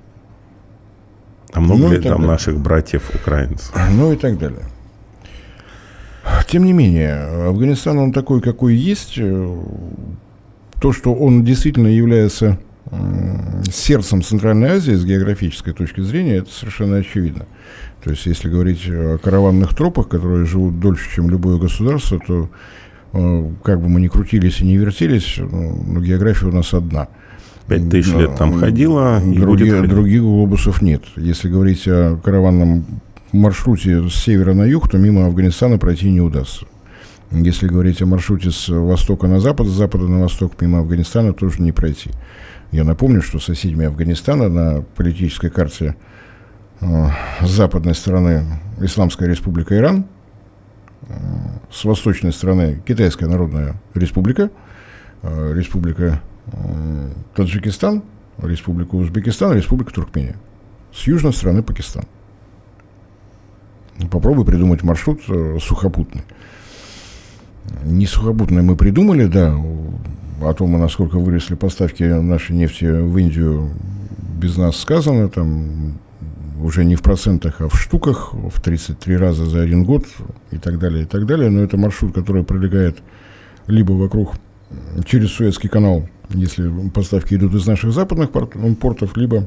[SPEAKER 1] А много ли там наших братьев-украинцев?
[SPEAKER 2] Ну и так далее. Тем не менее, Афганистан, он такой, какой есть. То, что он действительно является сердцем Центральной Азии с географической точки зрения, это совершенно очевидно. То есть, если говорить о караванных тропах, которые живут дольше, чем любое государство, то как бы мы ни крутились и не вертелись, но география у нас одна.
[SPEAKER 1] 5000 лет там ходила, и
[SPEAKER 2] других глобусов нет. Если говорить о караванном маршруте с севера на юг, то мимо Афганистана пройти не удастся. Если говорить о маршруте с востока на запад, с запада на восток, мимо Афганистана тоже не пройти. Я напомню, что соседями Афганистана на политической карте с западной стороны Исламская республика Иран, с восточной стороны Китайская Народная Республика, Республика Таджикистан, Республика Узбекистан, Республика Туркмения. С южной стороны Пакистан. Попробуй придумать маршрут сухопутный. Не сухопутный мы придумали, да, о том, насколько выросли поставки нашей нефти в Индию, без нас сказано, там уже не в процентах, а в штуках, в 33 раза за один год и так далее, и так далее. Но это маршрут, который пролегает либо вокруг, через Суэцкий канал, если поставки идут из наших западных портов, либо,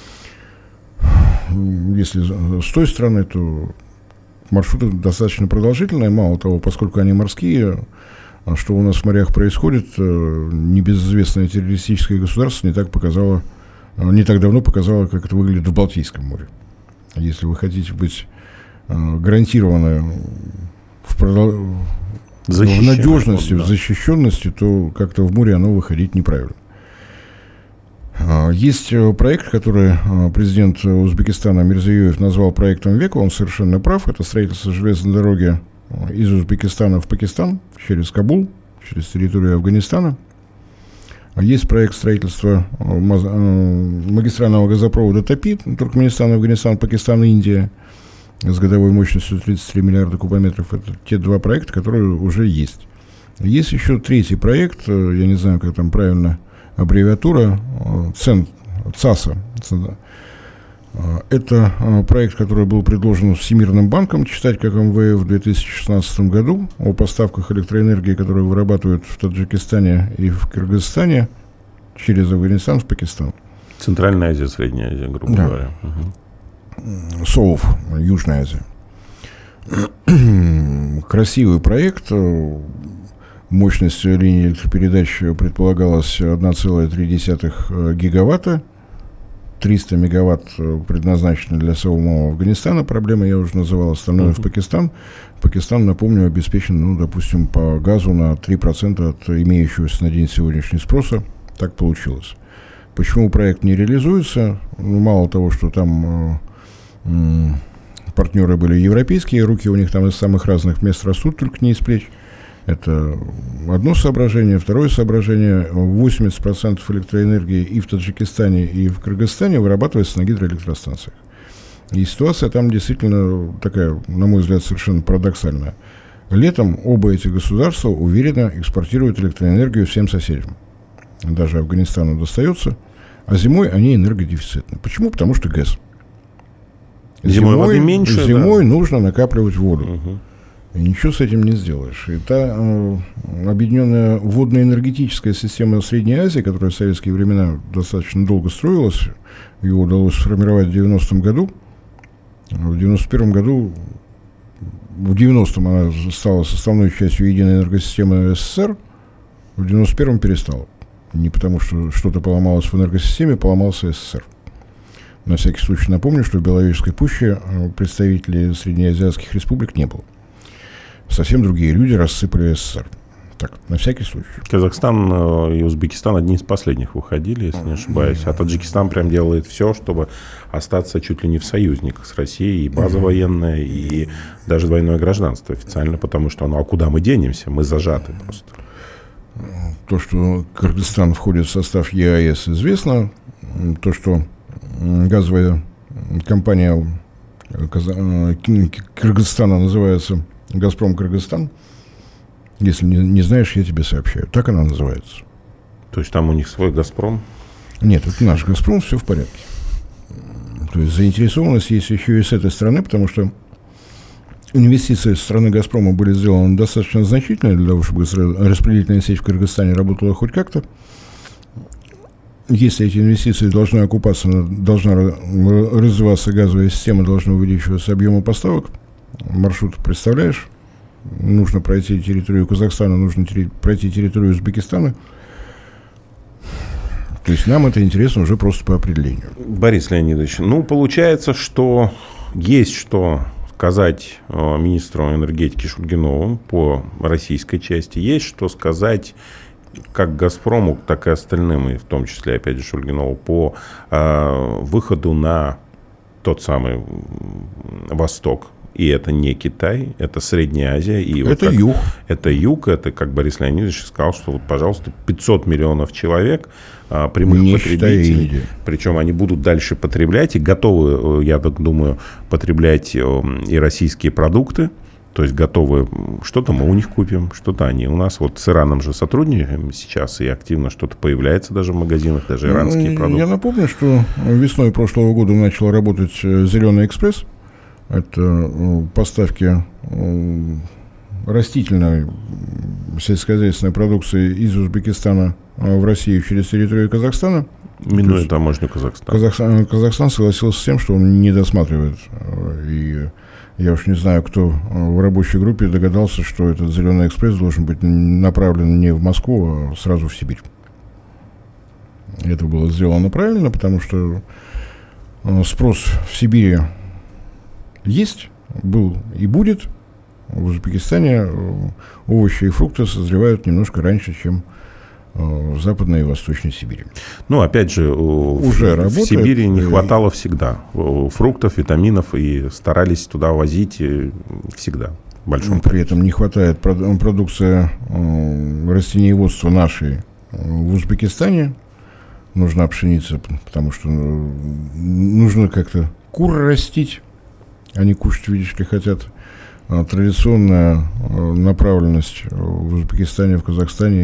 [SPEAKER 2] если с той стороны, то маршруты достаточно продолжительные. Мало того, поскольку они морские, что у нас в морях происходит, небезызвестное террористическое государство не так давно показало, как это выглядит в Балтийском море. Если вы хотите быть гарантированы в надежности, в защищенности, то как-то в море оно выходить неправильно. Есть проект, который президент Узбекистана Мирзиёев назвал проектом века, он совершенно прав, это строительство железной дороги из Узбекистана в Пакистан, через Кабул, через территорию Афганистана. Есть проект строительства магистрального газопровода ТАПИ, Туркменистан, Афганистан, Пакистан, Индия, с годовой мощностью 33 миллиарда кубометров. Это те два проекта, которые уже есть. Есть еще третий проект, я не знаю, как там правильно аббревиатура ЦАСа. Это проект, который был предложен Всемирным банком, читать как МВФ в 2016 году, о поставках электроэнергии, которые вырабатывают в Таджикистане и в Кыргызстане через Афганистан в Пакистан.
[SPEAKER 1] Центральная Азия, Средняя Азия, грубо говоря.
[SPEAKER 2] СОУФ, Южная Азия. Красивый проект. Мощность линии электропередач предполагалась 1,3 гигаватта. 300 мегаватт предназначено для самого Афганистана. Проблема я уже называл, остальное в Пакистан. Пакистан, напомню, обеспечен, допустим, по газу на 3% от имеющегося на день сегодняшний спроса. Так получилось. Почему проект не реализуется? Мало того, что там партнеры были европейские, руки у них там из самых разных мест растут, только не из плеч. Это одно соображение. Второе соображение: 80% электроэнергии и в Таджикистане, и в Кыргызстане вырабатывается на гидроэлектростанциях. И ситуация там действительно такая, на мой взгляд, совершенно парадоксальная. Летом оба эти государства уверенно экспортируют электроэнергию всем соседям. Даже Афганистану достается. А зимой они энергодефицитны. Почему? Потому что ГЭС.
[SPEAKER 1] Зимой воды меньше.
[SPEAKER 2] Зимой нужно накапливать воду. И ничего с этим не сделаешь. И та объединенная водно-энергетическая система Средней Азии, которая в советские времена достаточно долго строилась, ее удалось сформировать в 90-м году. В 91-м году, в 90-м она стала составной частью единой энергосистемы СССР, в 91-м перестала. Не потому, что что-то поломалось в энергосистеме, поломался СССР. На всякий случай напомню, что в Беловежской пуще представителей среднеазиатских республик не было. Совсем другие люди рассыпали СССР. Так, на всякий случай.
[SPEAKER 1] Казахстан и Узбекистан одни из последних выходили, если не ошибаюсь. А Таджикистан прям делает все, чтобы остаться чуть ли не в союзниках с Россией. И база военная, и даже двойное гражданство официально, потому что, а куда мы денемся? Мы зажаты просто.
[SPEAKER 2] То, что Кыргызстан входит в состав ЕАЭС, известно. То, что газовая компания Кыргызстана называется «Газпром Кыргызстан». Если не знаешь, я тебе сообщаю. Так она называется.
[SPEAKER 1] То есть там у них свой «Газпром»?
[SPEAKER 2] Нет, это наш «Газпром», все в порядке. То есть заинтересованность есть еще и с этой стороны, потому что инвестиции со стороны «Газпрома» были сделаны достаточно значительные для того, чтобы распределительная сеть в Кыргызстане работала хоть как-то. Если эти инвестиции должны окупаться, должна развиваться газовая система, должны увеличиваться объемы поставок. Маршрут представляешь? Нужно пройти территорию Казахстана, нужно пройти территорию Узбекистана. То есть нам это интересно уже просто по определению.
[SPEAKER 1] Борис Леонидович, получается, что есть что сказать министру энергетики Шульгинову по российской части, есть что сказать как «Газпрому», так и остальным, и в том числе, опять же, Шульгинову, по выходу на тот самый Восток. И это не Китай, это Средняя Азия. И
[SPEAKER 2] это юг.
[SPEAKER 1] Это юг, это, как Борис Леонидович сказал, что, пожалуйста, 500 миллионов человек, прямых
[SPEAKER 2] не
[SPEAKER 1] потребителей. Причем они будут дальше потреблять и готовы, я так думаю, потреблять и российские продукты. То есть готовы, что-то мы у них купим, что-то они у нас. Вот с Ираном же сотрудничаем сейчас, и активно что-то появляется даже в магазинах, даже иранские продукты.
[SPEAKER 2] Я напомню, что весной прошлого года начал работать «Зеленый экспресс». Это поставки растительной сельскохозяйственной продукции из Узбекистана в Россию через территорию Казахстана.
[SPEAKER 1] Минуя таможню Казахстана.
[SPEAKER 2] Казахстан согласился с тем, что он не досматривает. И я уж не знаю, кто в рабочей группе догадался, что этот «Зеленый экспресс» должен быть направлен не в Москву, а сразу в Сибирь. Это было сделано правильно, потому что спрос в Сибири есть, был и будет. В Узбекистане овощи и фрукты созревают немножко раньше, чем в Западной и Восточной Сибири.
[SPEAKER 1] Опять же,
[SPEAKER 2] уже
[SPEAKER 1] в Сибири не хватало всегда фруктов, витаминов, и старались туда возить всегда.
[SPEAKER 2] При этом не хватает продукции растениеводства нашей в Узбекистане. Нужна пшеница, потому что нужно как-то кур растить. Они кушать, видишь ли, хотят. Традиционная направленность в Узбекистане, в Казахстане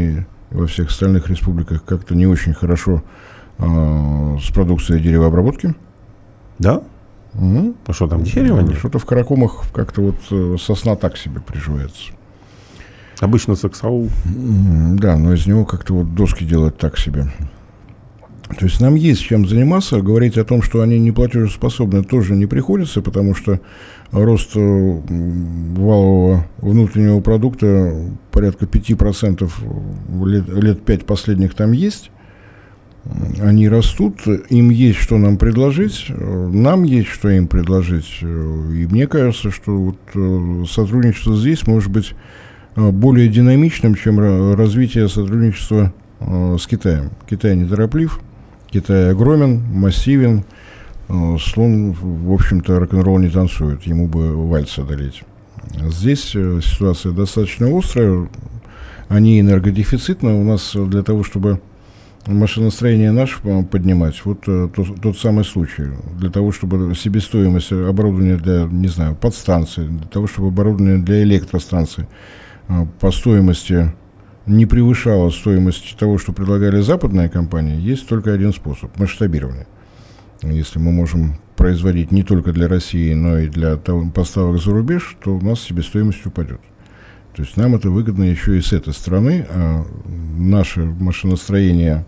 [SPEAKER 2] во всех остальных республиках как-то не очень хорошо с продукцией деревообработки.
[SPEAKER 1] Да? Угу. А что там, дерево нет?
[SPEAKER 2] Что-то в Каракумах как-то вот сосна так себе приживается.
[SPEAKER 1] Обычно саксаул.
[SPEAKER 2] Да, но из него как-то вот доски делают так себе. То есть нам есть чем заниматься. Говорить о том, что они не платежеспособны, тоже не приходится, потому что рост валового внутреннего продукта порядка 5% лет 5 последних там есть. Они растут, им есть что нам предложить, нам есть что им предложить. И мне кажется, что вот сотрудничество здесь может быть более динамичным, чем развитие сотрудничества с Китаем. Китай нетороплив, Китай огромен, массивен, слон, в общем-то, рок-н-ролл не танцует, ему бы вальс одолеть. Здесь ситуация достаточно острая, они энергодефицитны. У нас для того, чтобы машиностроение наше поднимать, вот тот самый случай. Для того, чтобы себестоимость оборудования для, не знаю, подстанций, для того, чтобы оборудование для электростанций по стоимости не превышало стоимость того, что предлагали западные компании, есть только один способ – масштабирование. Если мы можем производить не только для России, но и для поставок за рубеж, то у нас себестоимость упадет. То есть нам это выгодно еще и с этой стороны. А наше машиностроение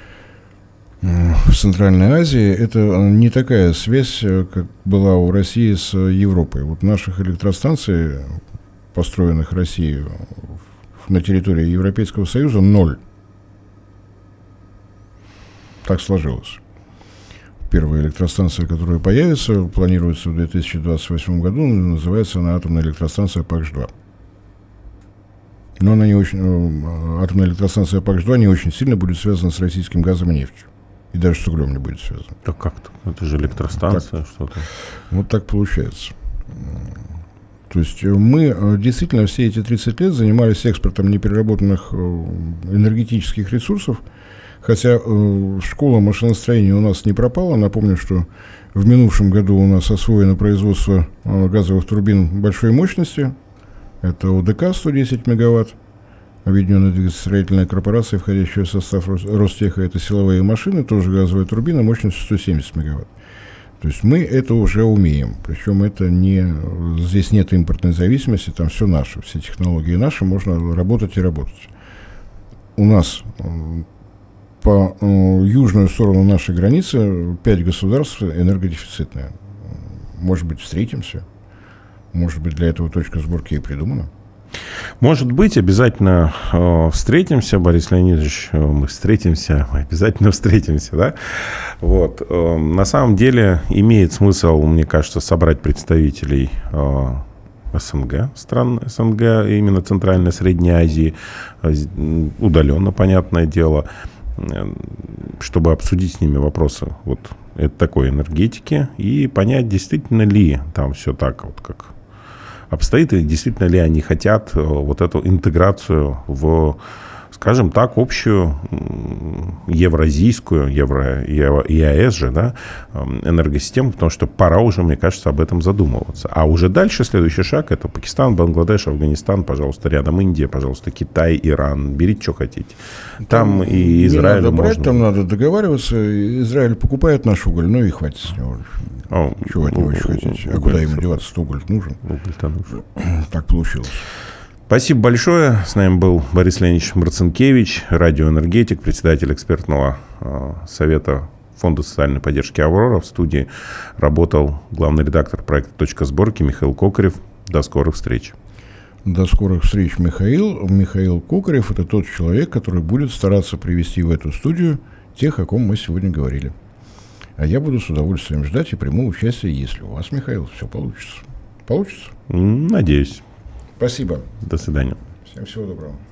[SPEAKER 2] в Центральной Азии – это не такая связь, как была у России с Европой. Вот наших электростанций, построенных Россией на территории Европейского Союза, 0. Так сложилось. Первая электростанция, которая появится, планируется в 2028 году, называется она атомная электростанция ПАКШ-2. Но она не очень, атомная электростанция ПАКШ-2 не очень сильно будет связана с российским газом и нефтью. И даже с углем не будет связана.
[SPEAKER 1] Так как-то? Это же электростанция, что-то.
[SPEAKER 2] Вот так получается. То есть мы действительно все эти 30 лет занимались экспортом непереработанных энергетических ресурсов, хотя школа машиностроения у нас не пропала. Напомню, что в минувшем году у нас освоено производство газовых турбин большой мощности. Это ОДК 110 мегаватт, Объединенная двигателестроительная корпорация, входящая в состав Ростеха, это силовые машины, тоже газовая турбина мощностью 170 мегаватт. То есть мы это уже умеем, причем это не, здесь нет импортной зависимости, там все наше, все технологии наши, можно работать и работать. У нас по южную сторону нашей границы 5 государств энергодефицитные. Может быть, встретимся, может быть, для этого точка сборки и придумана.
[SPEAKER 1] Может быть, обязательно встретимся, Борис Леонидович, мы встретимся, мы обязательно встретимся, да? Вот. На самом деле имеет смысл, мне кажется, собрать представителей СНГ, стран СНГ, именно Центральной Средней Азии, удаленно, понятное дело, чтобы обсудить с ними вопросы вот такой энергетики и понять, действительно ли там все так, вот как обстоит, и действительно ли они хотят вот эту интеграцию в, скажем так, общую евразийскую, ЕАЭС же, да, энергосистему, потому что пора уже, мне кажется, об этом задумываться. А уже дальше следующий шаг – это Пакистан, Бангладеш, Афганистан, пожалуйста, рядом Индия, пожалуйста, Китай, Иран. Берите, что хотите. Там и Израиль можно.
[SPEAKER 2] Брать, там надо договариваться. Израиль покупает наш уголь, ну и хватит с него. Чего от него еще хотите? А куда ему деваться? Уголь нужен. Уголь-то нужен. Так получилось.
[SPEAKER 1] Спасибо большое. С нами был Борис Леонидович Марцинкевич, радиоэнергетик, председатель экспертного совета Фонда социальной поддержки «Аврора». В студии работал главный редактор проекта «Точка сборки» Михаил Кокарев. До скорых встреч.
[SPEAKER 2] До скорых встреч, Михаил. Михаил Кокарев – это тот человек, который будет стараться привести в эту студию тех, о ком мы сегодня говорили. А я буду с удовольствием ждать и приму участие, если у вас, Михаил, все получится. Получится?
[SPEAKER 1] Надеюсь.
[SPEAKER 2] Спасибо.
[SPEAKER 1] До свидания.
[SPEAKER 2] Всем всего доброго.